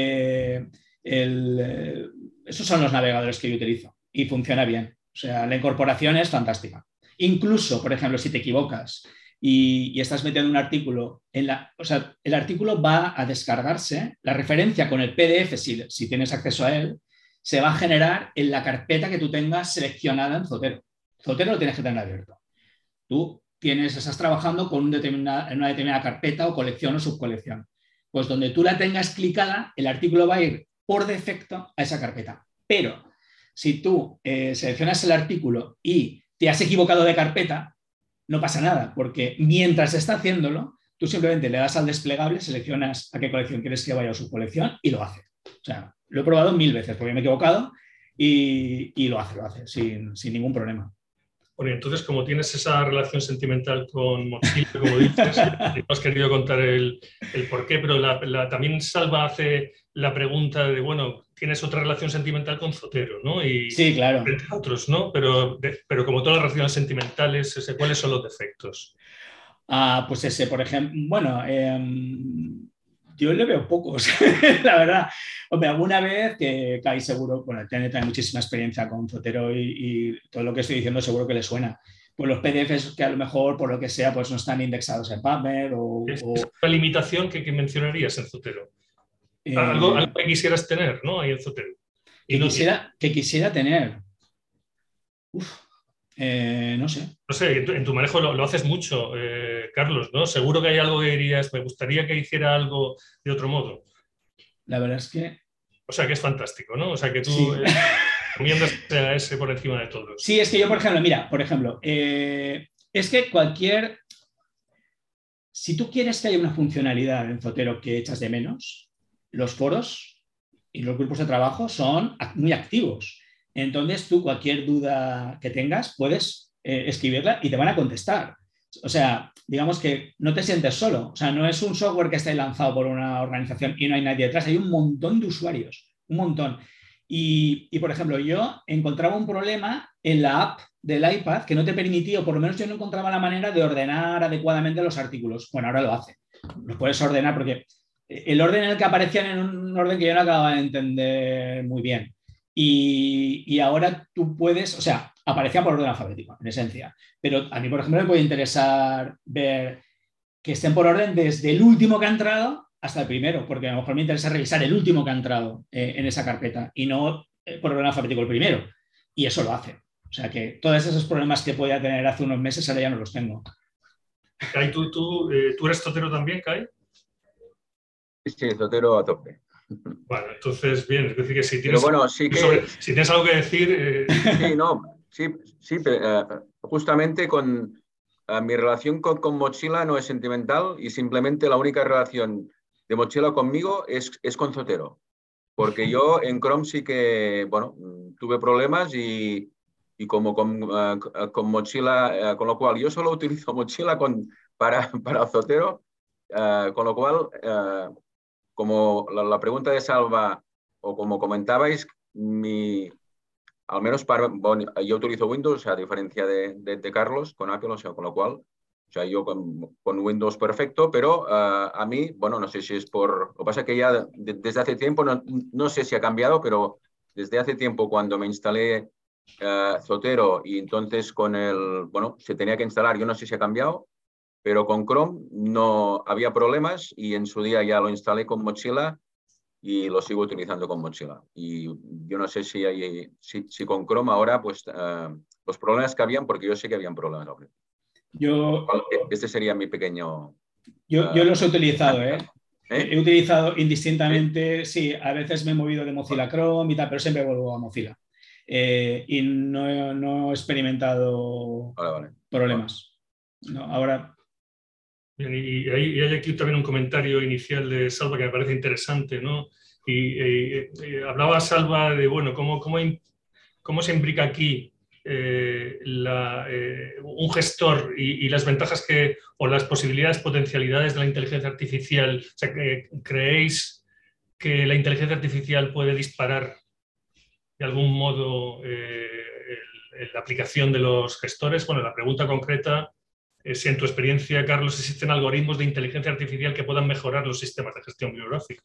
esos son los navegadores que yo utilizo y funciona bien. O sea, la incorporación es fantástica. Incluso, por ejemplo, si te equivocas y estás metiendo un artículo, el artículo va a descargarse, la referencia con el PDF, si tienes acceso a él, se va a generar en la carpeta que tú tengas seleccionada en Zotero. Zotero lo tienes que tener abierto. Tú estás trabajando en una determinada carpeta o colección o subcolección. Pues donde tú la tengas clicada, el artículo va a ir por defecto a esa carpeta. Pero si tú seleccionas el artículo y te has equivocado de carpeta, no pasa nada, porque mientras está haciéndolo, tú simplemente le das al desplegable, seleccionas a qué colección quieres que vaya a su colección y lo hace. O sea, lo he probado 1000 veces porque me he equivocado y lo hace sin ningún problema. Bueno, entonces, como tienes esa relación sentimental con Mozilla, como dices, te has querido contar el porqué, pero también Salva hace la pregunta de, bueno, tienes otra relación sentimental con Zotero, ¿no? Y Sí, claro. entre otros, ¿no? Pero como todas las relaciones sentimentales, ¿cuáles son los defectos? Pues ese, por ejemplo, bueno, yo le veo pocos, la verdad. Hombre, alguna vez que Kai seguro, bueno, tiene muchísima experiencia con Zotero y todo lo que estoy diciendo seguro que le suena. Pues los PDFs que a lo mejor, por lo que sea, pues no están indexados en PubMed Es una limitación que mencionarías en Zotero. Algo que quisieras tener, ¿no? Ahí en Zotero. Y no que quisiera tener. Uf, no sé. No sé, en tu manejo lo haces mucho, Carlos, ¿no? Seguro que hay algo que dirías, me gustaría que hiciera algo de otro modo. La verdad es que O sea, que es fantástico, ¿no? O sea, que tú sí. recomiendas a ese por encima de todos. Sí, es que yo, por ejemplo, mira, por ejemplo, es que si tú quieres que haya una funcionalidad en Zotero que echas de menos, los foros y los grupos de trabajo son muy activos. Entonces, tú cualquier duda que tengas puedes escribirla y te van a contestar. O sea, digamos que no te sientes solo. O sea, no es un software que esté lanzado por una organización y no hay nadie detrás. Hay un montón de usuarios, un montón. Por ejemplo, yo encontraba un problema en la app del iPad que no te permitía, o por lo menos yo no encontraba la manera de ordenar adecuadamente los artículos. Bueno, ahora lo hace. Los puedes ordenar porque el orden en el que aparecían en un orden que yo no acababa de entender muy bien. Ahora tú puedes, o sea, aparecían por orden alfabético, en esencia. Pero a mí, por ejemplo, me puede interesar ver que estén por orden desde el último que ha entrado hasta el primero, porque a lo mejor me interesa revisar el último que ha entrado en esa carpeta y no por orden alfabético el primero. Y eso lo hace. O sea que todos esos problemas que podía tener hace unos meses ahora ya no los tengo. Kai, ¿tú eres Zotero también, Kai? Sí, Zotero a tope. Bueno, entonces, bien, es decir, que si Pero tienes, bueno, sí que... si tienes algo que decir... Sí, no, sí, justamente con mi relación con Mochila no es sentimental y simplemente la única relación de Mochila conmigo es con Zotero. Porque yo en Chrome sí que, bueno, tuve problemas y como con Mochila, con lo cual yo solo utilizo Mochila para Zotero, con lo cual, como la pregunta de Salva, o como comentabais, al menos bueno, yo utilizo Windows, a diferencia de Carlos con Apple, o sea, con lo cual, o sea, yo con Windows perfecto, pero a mí, bueno, no sé si es por... Lo que pasa es que ya desde hace tiempo, no sé si ha cambiado, pero desde hace tiempo cuando me instalé Zotero y entonces bueno, se tenía que instalar, yo no sé si ha cambiado, pero con Chrome no había problemas y en su día ya lo instalé con Mozilla y lo sigo utilizando con Mozilla. Y yo no sé si con Chrome ahora, pues los problemas que habían, porque yo sé que habían problemas. Yo, Este sería mi pequeño... yo los he utilizado, ¿eh? ¿Eh? He utilizado indistintamente, sí, a veces me he movido de Mozilla Chrome y tal, pero siempre vuelvo a Mozilla. Y no he experimentado Vale. problemas. No, ahora... Bien, y hay aquí también un comentario inicial de Salva que me parece interesante, ¿no? Hablaba Salva de, bueno, cómo se imbrica aquí un gestor y las ventajas o las posibilidades, potencialidades de la inteligencia artificial. O sea, ¿creéis que la inteligencia artificial puede disparar de algún modo la aplicación de los gestores? Bueno, la pregunta concreta es si en tu experiencia, Carlos, existen algoritmos de inteligencia artificial que puedan mejorar los sistemas de gestión bibliográfica.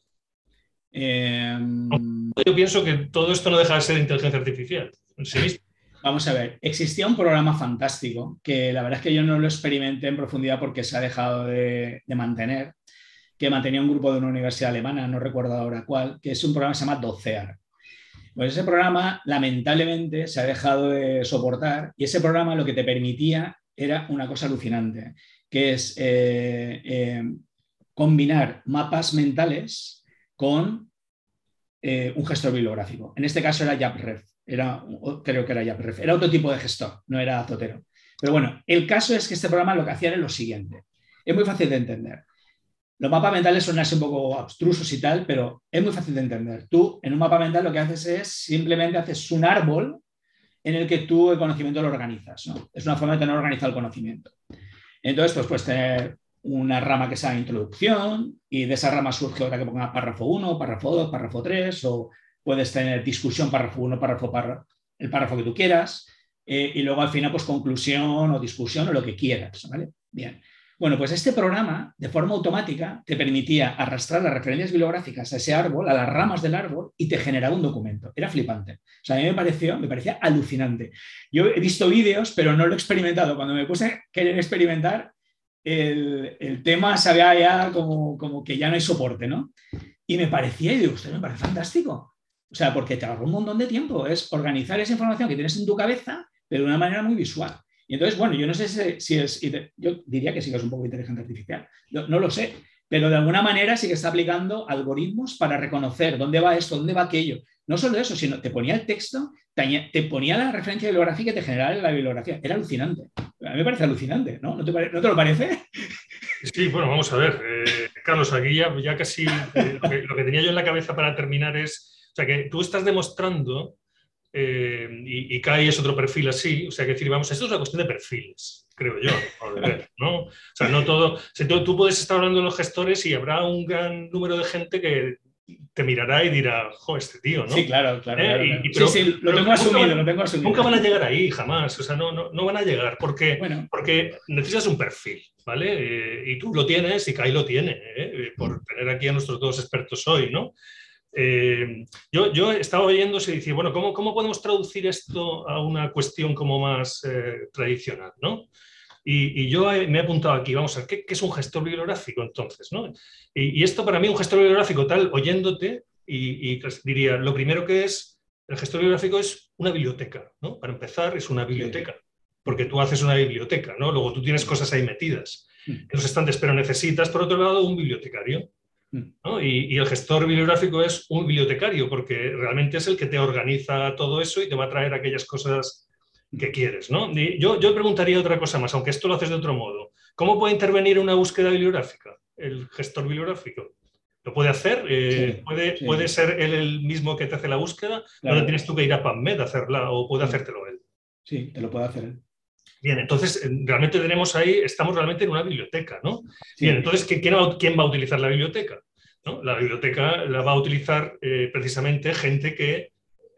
Yo pienso que todo esto no deja de ser inteligencia artificial en sí mismo. Vamos a ver, existía un programa fantástico que la verdad es que yo no lo experimenté en profundidad porque se ha dejado de mantener, que mantenía un grupo de una universidad alemana, no recuerdo ahora cuál, que es un programa que se llama Docear. Pues ese programa lamentablemente se ha dejado de soportar y ese programa lo que te permitía era una cosa alucinante, que es combinar mapas mentales con un gestor bibliográfico. En este caso era JabRef, creo que era JabRef, era otro tipo de gestor, no era Zotero. Pero bueno, el caso es que este programa lo que hacía era lo siguiente. Es muy fácil de entender. Los mapas mentales son así un poco abstrusos y tal, pero es muy fácil de entender. Tú, en un mapa mental, lo que haces es simplemente haces un árbol en el que tú el conocimiento lo organizas, ¿no? Es una forma de tener organizado el conocimiento. Entonces, pues puedes tener una rama que sea introducción y de esa rama surge otra que ponga párrafo 1, párrafo 2, párrafo 3, o puedes tener discusión, párrafo 1, el párrafo que tú quieras, y luego al final pues conclusión o discusión o lo que quieras, ¿vale? Bien. Bueno, pues este programa de forma automática te permitía arrastrar las referencias bibliográficas a ese árbol, a las ramas del árbol, y te generaba un documento. Era flipante. O sea, a mí me parecía alucinante. Yo he visto vídeos, pero no lo he experimentado. Cuando me puse a querer experimentar, el tema sabía ya como que ya no hay soporte, ¿no? Y me parecía, y digo, usted me parece fantástico. O sea, porque te ahorra un montón de tiempo. Es organizar esa información que tienes en tu cabeza, pero de una manera muy visual. Y entonces, bueno, yo no sé si es, yo diría que sí que es un poco inteligencia artificial, no lo sé, pero de alguna manera sí que está aplicando algoritmos para reconocer dónde va esto, dónde va aquello. No solo eso, sino te ponía el texto, te ponía la referencia bibliográfica y te generaba la bibliografía. Era alucinante. A mí me parece alucinante, ¿no? ¿No te lo parece? Sí, bueno, vamos a ver. Carlos, aquí ya casi lo que tenía yo en la cabeza para terminar es, o sea, que tú estás demostrando, y Kai es otro perfil así, o sea, que decir, vamos, esto es una cuestión de perfiles, creo yo, ¿no? O sea, no todo, o sea, tú puedes estar hablando de los gestores y habrá un gran número de gente que te mirará y dirá, jo, este tío, ¿no? Sí, claro. Pero, sí, lo tengo asumido. Nunca van a llegar ahí, jamás. O sea, no van a llegar porque necesitas un perfil, ¿vale? Y tú lo tienes y Kai lo tiene, por tener aquí a nuestros dos expertos hoy, ¿no? Yo estaba oyendo y decía, bueno, ¿cómo podemos traducir esto a una cuestión como más tradicional, ¿no? Y yo me he apuntado aquí, vamos a ver, ¿qué es un gestor bibliográfico entonces, ¿no? Y esto para mí, un gestor bibliográfico tal, oyéndote, y diría, lo primero que es, el gestor bibliográfico es una biblioteca, ¿no? Para empezar, es una biblioteca, porque tú haces una biblioteca, ¿no? Luego tú tienes cosas ahí metidas en los estantes, pero necesitas, por otro lado, un bibliotecario, ¿no? Y el gestor bibliográfico es un bibliotecario, porque realmente es el que te organiza todo eso y te va a traer aquellas cosas que quieres, ¿no? Yo preguntaría otra cosa más, aunque esto lo haces de otro modo. ¿Cómo puede intervenir en una búsqueda bibliográfica el gestor bibliográfico? ¿Lo puede hacer? ¿Puede ser él el mismo que te hace la búsqueda? Claro. ¿No tienes tú que ir a PubMed a hacerla o puede hacértelo él? Sí, te lo puede hacer él. Bien, entonces realmente estamos realmente en una biblioteca, ¿no? Sí. Bien, entonces, ¿quién va a utilizar la biblioteca? ¿No? La biblioteca la va a utilizar precisamente gente que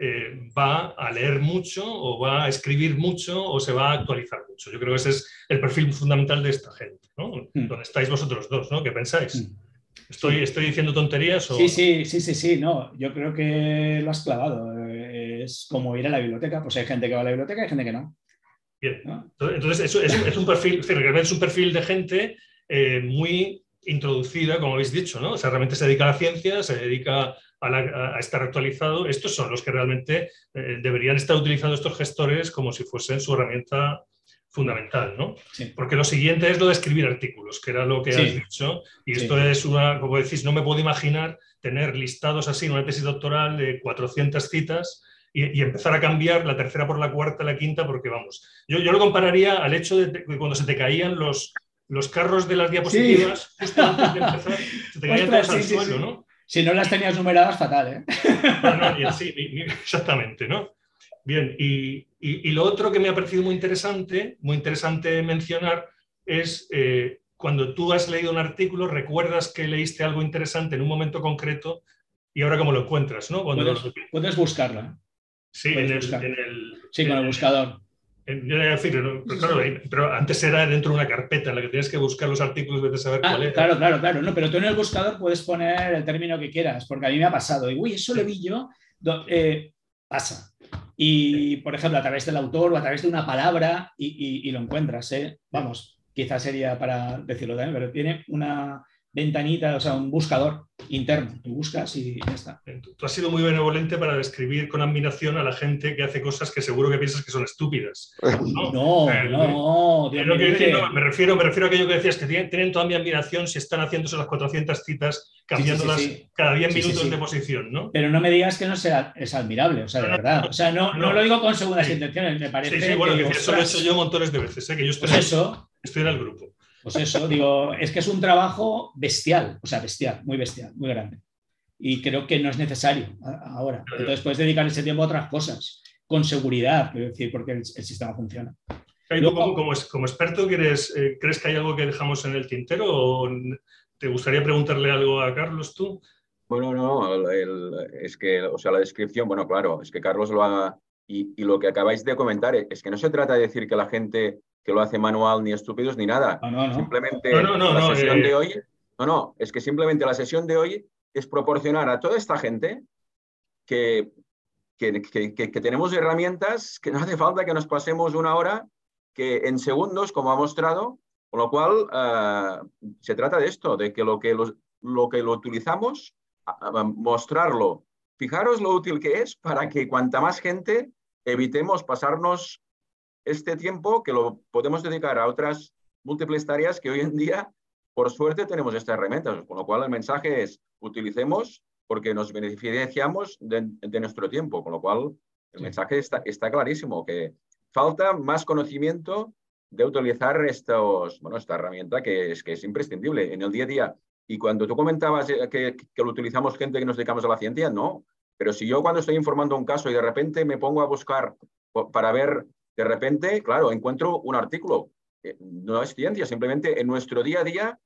va a leer mucho o va a escribir mucho o se va a actualizar mucho. Yo creo que ese es el perfil fundamental de esta gente, ¿no? Donde estáis vosotros dos, ¿no? ¿Qué pensáis? ¿Estoy diciendo tonterías? ¿O? Sí, no, yo creo que lo has clavado. Es como ir a la biblioteca, pues hay gente que va a la biblioteca y hay gente que no. Bien, ¿no? Entonces es un perfil, es un perfil de gente muy introducida, como habéis dicho, ¿no? O sea, realmente se dedica a la ciencia, se dedica a estar actualizado. Estos son los que realmente deberían estar utilizando estos gestores como si fuesen su herramienta fundamental, ¿no? Sí. Porque lo siguiente es lo de escribir artículos, que era lo que has dicho, y esto es como decís, no me puedo imaginar tener listados así en una tesis doctoral de 400 citas y empezar a cambiar la tercera por la cuarta, la quinta, porque vamos, yo lo compararía al hecho de que cuando se te caían los carros de las diapositivas, justo antes de empezar, se te caían todos al suelo, ¿no? Si no las tenías numeradas, fatal, ¿eh? No, exactamente, ¿no? Bien, y lo otro que me ha parecido muy interesante mencionar es cuando tú has leído un artículo, recuerdas que leíste algo interesante en un momento concreto y ahora cómo lo encuentras, ¿no? Puedes buscarlo, ¿eh? Sí, con el buscador. Pero antes era dentro de una carpeta en la que tienes que buscar los artículos de saber cuál era. Claro. No, pero tú en el buscador puedes poner el término que quieras, porque a mí me ha pasado. Y, eso lo vi yo. Pasa. Y, por ejemplo, a través del autor o a través de una palabra y lo encuentras, ¿eh? Vamos, quizás sería para decirlo también, pero tiene una ventanita, o sea, un buscador interno. Tú buscas y ya está. Tú has sido muy benevolente para describir con admiración a la gente que hace cosas que seguro que piensas que son estúpidas. No. Me refiero a aquello que decías, que tienen toda mi admiración si están haciéndose las 400 citas, cambiándolas cada 10 minutos de posición, ¿no? Pero no me digas que es admirable, o sea, de verdad. O sea, no lo digo con segundas intenciones, me parece. Sí, bueno, que eso lo he hecho yo montones de veces, que yo estoy en el grupo. Pues eso, digo, es que es un trabajo bestial, o sea, muy bestial, muy grande. Y creo que no es necesario ahora. Entonces puedes dedicar ese tiempo a otras cosas, con seguridad, quiero decir, porque el sistema funciona. ¿Y tú como experto crees que hay algo que dejamos en el tintero o te gustaría preguntarle algo a Carlos tú? Bueno, no, es que, o sea, la descripción, bueno, claro, es que Carlos lo haga y lo que acabáis de comentar es que no se trata de decir que la gente que lo hace manual ni estúpidos ni nada. No. Simplemente la sesión de hoy, es que simplemente la sesión de hoy es proporcionar a toda esta gente que tenemos herramientas que no hace falta que nos pasemos una hora, que en segundos, como ha mostrado, con lo cual se trata de esto, de que lo que lo utilizamos, mostrarlo. Fijaros lo útil que es para que cuanta más gente evitemos pasarnos este tiempo que lo podemos dedicar a otras múltiples tareas que hoy en día, por suerte, tenemos estas herramientas. Con lo cual el mensaje es, utilicemos porque nos beneficiamos de nuestro tiempo. Con lo cual el mensaje está clarísimo, que falta más conocimiento de utilizar esta herramienta que es imprescindible en el día a día. Y cuando tú comentabas que lo utilizamos gente que nos dedicamos a la ciencia, no. Pero si yo cuando estoy informando un caso y de repente me pongo a buscar para ver, de repente, claro, encuentro un artículo. No es ciencia, simplemente en nuestro día a día,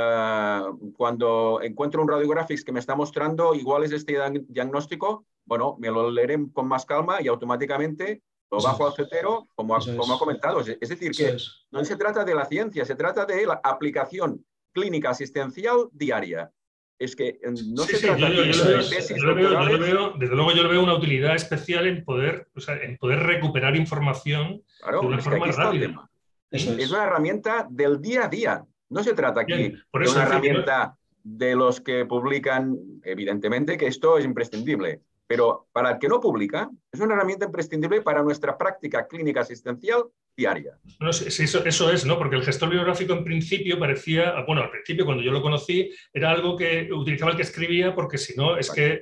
cuando encuentro un radiographics que me está mostrando igual es este diagnóstico, bueno, me lo leeré con más calma y automáticamente lo bajo al Zotero, como ha comentado. Es decir, que no se trata de la ciencia, se trata de la aplicación clínica asistencial diaria. Es que no se trata de tesis doctorales. Desde luego yo le veo una utilidad especial en poder recuperar información de una forma rápida. Es una herramienta del día a día. No se trata aquí de una herramienta de los que publican, evidentemente que esto es imprescindible, pero para el que no publica, es una herramienta imprescindible para nuestra práctica clínica asistencial diaria. No, sí, eso es, ¿no? Porque el gestor bibliográfico en principio parecía, bueno, al principio cuando yo lo conocí, era algo que utilizaba el que escribía, porque si no, es que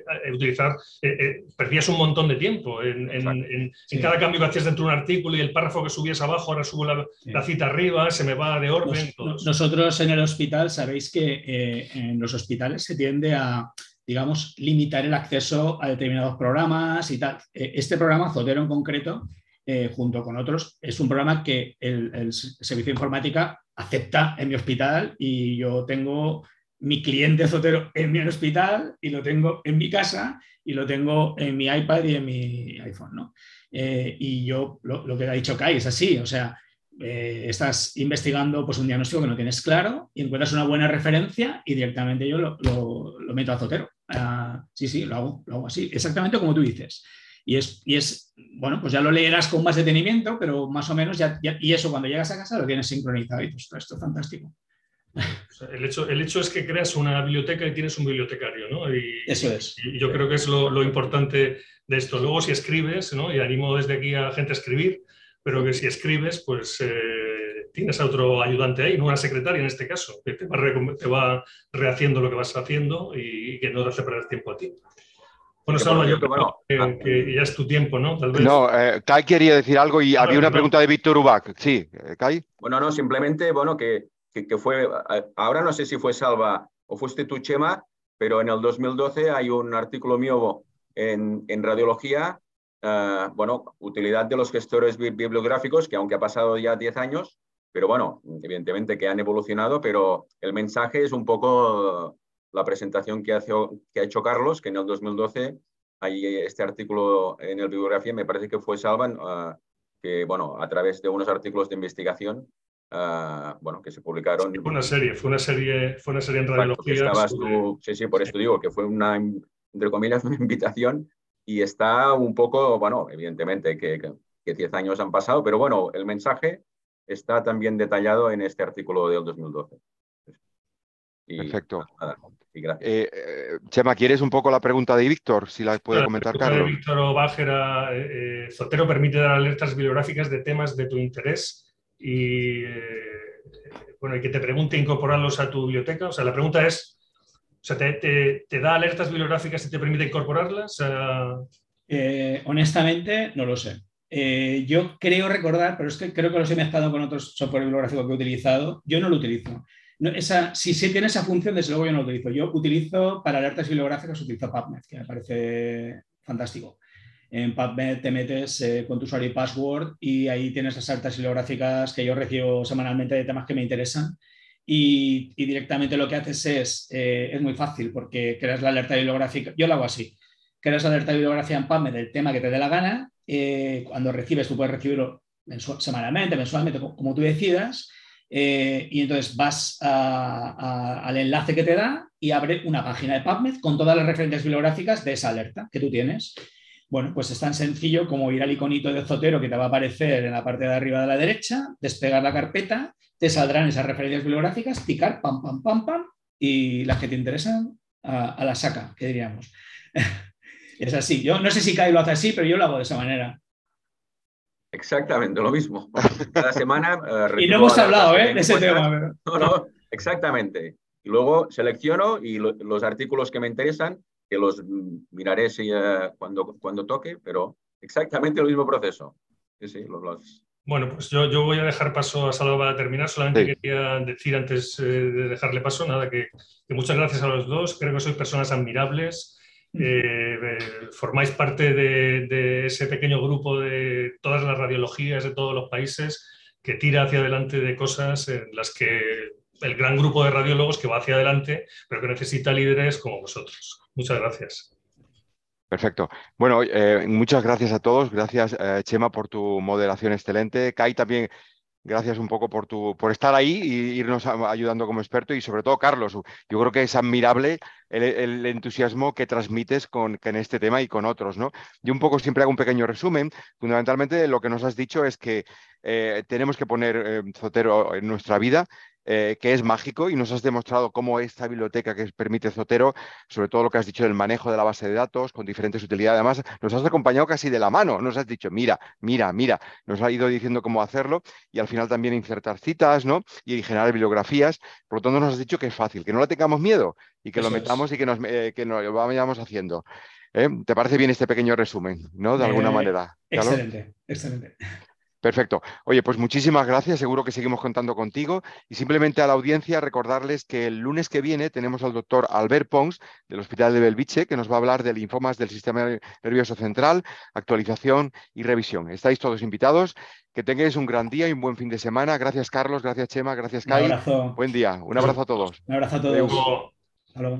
perdías un montón de tiempo en cada cambio que hacías dentro de un artículo y el párrafo que subías abajo, ahora subo la cita arriba, se me va de orden. Nosotros en el hospital, sabéis que en los hospitales se tiende a, digamos, limitar el acceso a determinados programas y tal. Este programa, Zotero en concreto, junto con otros, es un programa que el servicio de informática acepta en mi hospital y yo tengo mi cliente Zotero en mi hospital y lo tengo en mi casa y lo tengo en mi iPad y en mi iPhone, ¿no? Y yo, lo que ha dicho Kai es así, o sea, estás investigando pues, un diagnóstico que no tienes claro y encuentras una buena referencia y directamente yo lo meto a Zotero. Sí, lo hago así, exactamente como tú dices. Y es, bueno, pues ya lo leerás con más detenimiento, pero más o menos y eso cuando llegas a casa lo tienes sincronizado y pues, esto es fantástico. El hecho es que creas una biblioteca y tienes un bibliotecario, ¿no? Eso es. Y yo creo que es lo importante de esto. Luego si escribes, ¿no? Y animo desde aquí a gente a escribir, pero que si escribes, pues tienes a otro ayudante ahí, no una secretaria en este caso, que te va rehaciendo lo que vas haciendo y que no te hace perder tiempo a ti. Bueno, Salva, yo creo que ya es tu tiempo, ¿no? Tal vez. No, Kai quería decir algo y había una pregunta de Víctor Ubach. Sí, Kai. Bueno, no, simplemente, bueno, que fue, ahora no sé si fue Salva o fuiste tú, Chema, pero en el 2012 hay un artículo mío en Radiología, bueno, utilidad de los gestores bibliográficos, que aunque ha pasado ya 10 años, pero bueno, evidentemente que han evolucionado, pero el mensaje es un poco la presentación que ha hecho Carlos, que en el 2012 hay este artículo en el Bibliografía, me parece que fue Salva, que bueno, a través de unos artículos de investigación, bueno, que se publicaron. Sí, fue una serie en Radiología. Estabas tú, sí, por esto digo, que fue una, entre comillas, una invitación y está un poco, bueno, evidentemente que 10 años han pasado, pero bueno, el mensaje está también detallado en este artículo del 2012. Perfecto. Nada, y gracias. Chema, ¿quieres un poco la pregunta de Víctor? Si la puede comentar Carlos. La pregunta de Víctor Ubach era, Zotero permite dar alertas bibliográficas de temas de tu interés y, bueno, y que te pregunte incorporarlos a tu biblioteca. O sea, la pregunta es, o sea, ¿te da alertas bibliográficas y te permite incorporarlas? Honestamente, no lo sé. Yo creo recordar, pero es que creo que los he mezclado con otros software bibliográficos que he utilizado. Yo no lo utilizo. No, si tiene esa función, desde luego yo no lo utilizo. Yo utilizo para alertas bibliográficas, utilizo PubMed, que me parece fantástico. En PubMed te metes con tu usuario y password y ahí tienes las alertas bibliográficas que yo recibo semanalmente de temas que me interesan. Y directamente lo que haces es muy fácil porque creas la alerta bibliográfica. Yo lo hago así. Creas la alerta bibliográfica en PubMed del tema que te dé la gana. Cuando recibes, tú puedes recibirlo semanalmente, mensualmente, como tú decidas. Y entonces vas al enlace que te da y abre una página de PubMed con todas las referencias bibliográficas de esa alerta que tú tienes. Bueno, pues es tan sencillo como ir al iconito de Zotero que te va a aparecer en la parte de arriba de la derecha, despegar la carpeta, te saldrán esas referencias bibliográficas, picar, pam, pam, pam, pam, y las que te interesan a la saca, que diríamos. Es así. Yo no sé si Kai lo hace así, pero yo lo hago de esa manera. Exactamente, lo mismo. Cada semana y no hemos hablado de ese tema. Pero... No, exactamente. Y luego selecciono y los artículos que me interesan, que los miraré cuando toque, pero exactamente el mismo proceso. Sí, sí, Bueno, pues yo voy a dejar paso a Salva para terminar. Solamente Sí. quería decir antes de dejarle paso, nada, que muchas gracias a los dos. Creo que sois personas admirables. Formáis parte de ese pequeño grupo de todas las radiologías de todos los países que tira hacia adelante de cosas en las que el gran grupo de radiólogos que va hacia adelante, pero que necesita líderes como vosotros. Muchas gracias. Perfecto. Bueno, muchas gracias a todos. Gracias, Chema, por tu moderación excelente. Kai, también gracias un poco por estar ahí y irnos ayudando como experto. Y sobre todo, Carlos, yo creo que es admirable el entusiasmo que transmites en este tema y con otros, ¿no? Yo un poco siempre hago un pequeño resumen. Fundamentalmente lo que nos has dicho es que tenemos que poner Zotero en nuestra vida, que es mágico, y nos has demostrado cómo esta biblioteca que permite Zotero, sobre todo lo que has dicho del manejo de la base de datos con diferentes utilidades, además nos has acompañado casi de la mano, nos has dicho, mira, mira, mira, nos ha ido diciendo cómo hacerlo y al final también insertar citas, ¿no? Y generar bibliografías. Por lo tanto, nos has dicho que es fácil, que no le tengamos miedo y que Eso lo metamos es. y que nos lo vayamos haciendo. ¿Te parece bien este pequeño resumen, ¿no? De alguna manera, Carlos. Excelente, excelente. Perfecto. Oye, pues muchísimas gracias. Seguro que seguimos contando contigo. Y simplemente a la audiencia recordarles que el lunes que viene tenemos al doctor Albert Pons del Hospital de Belviche, que nos va a hablar de linfomas del sistema nervioso central, actualización y revisión. Estáis todos invitados. Que tengáis un gran día y un buen fin de semana. Gracias, Carlos. Gracias, Chema. Gracias, Un Kai. abrazo. Buen día. Un abrazo a todos. Un abrazo a Adeu. todos. Hasta luego.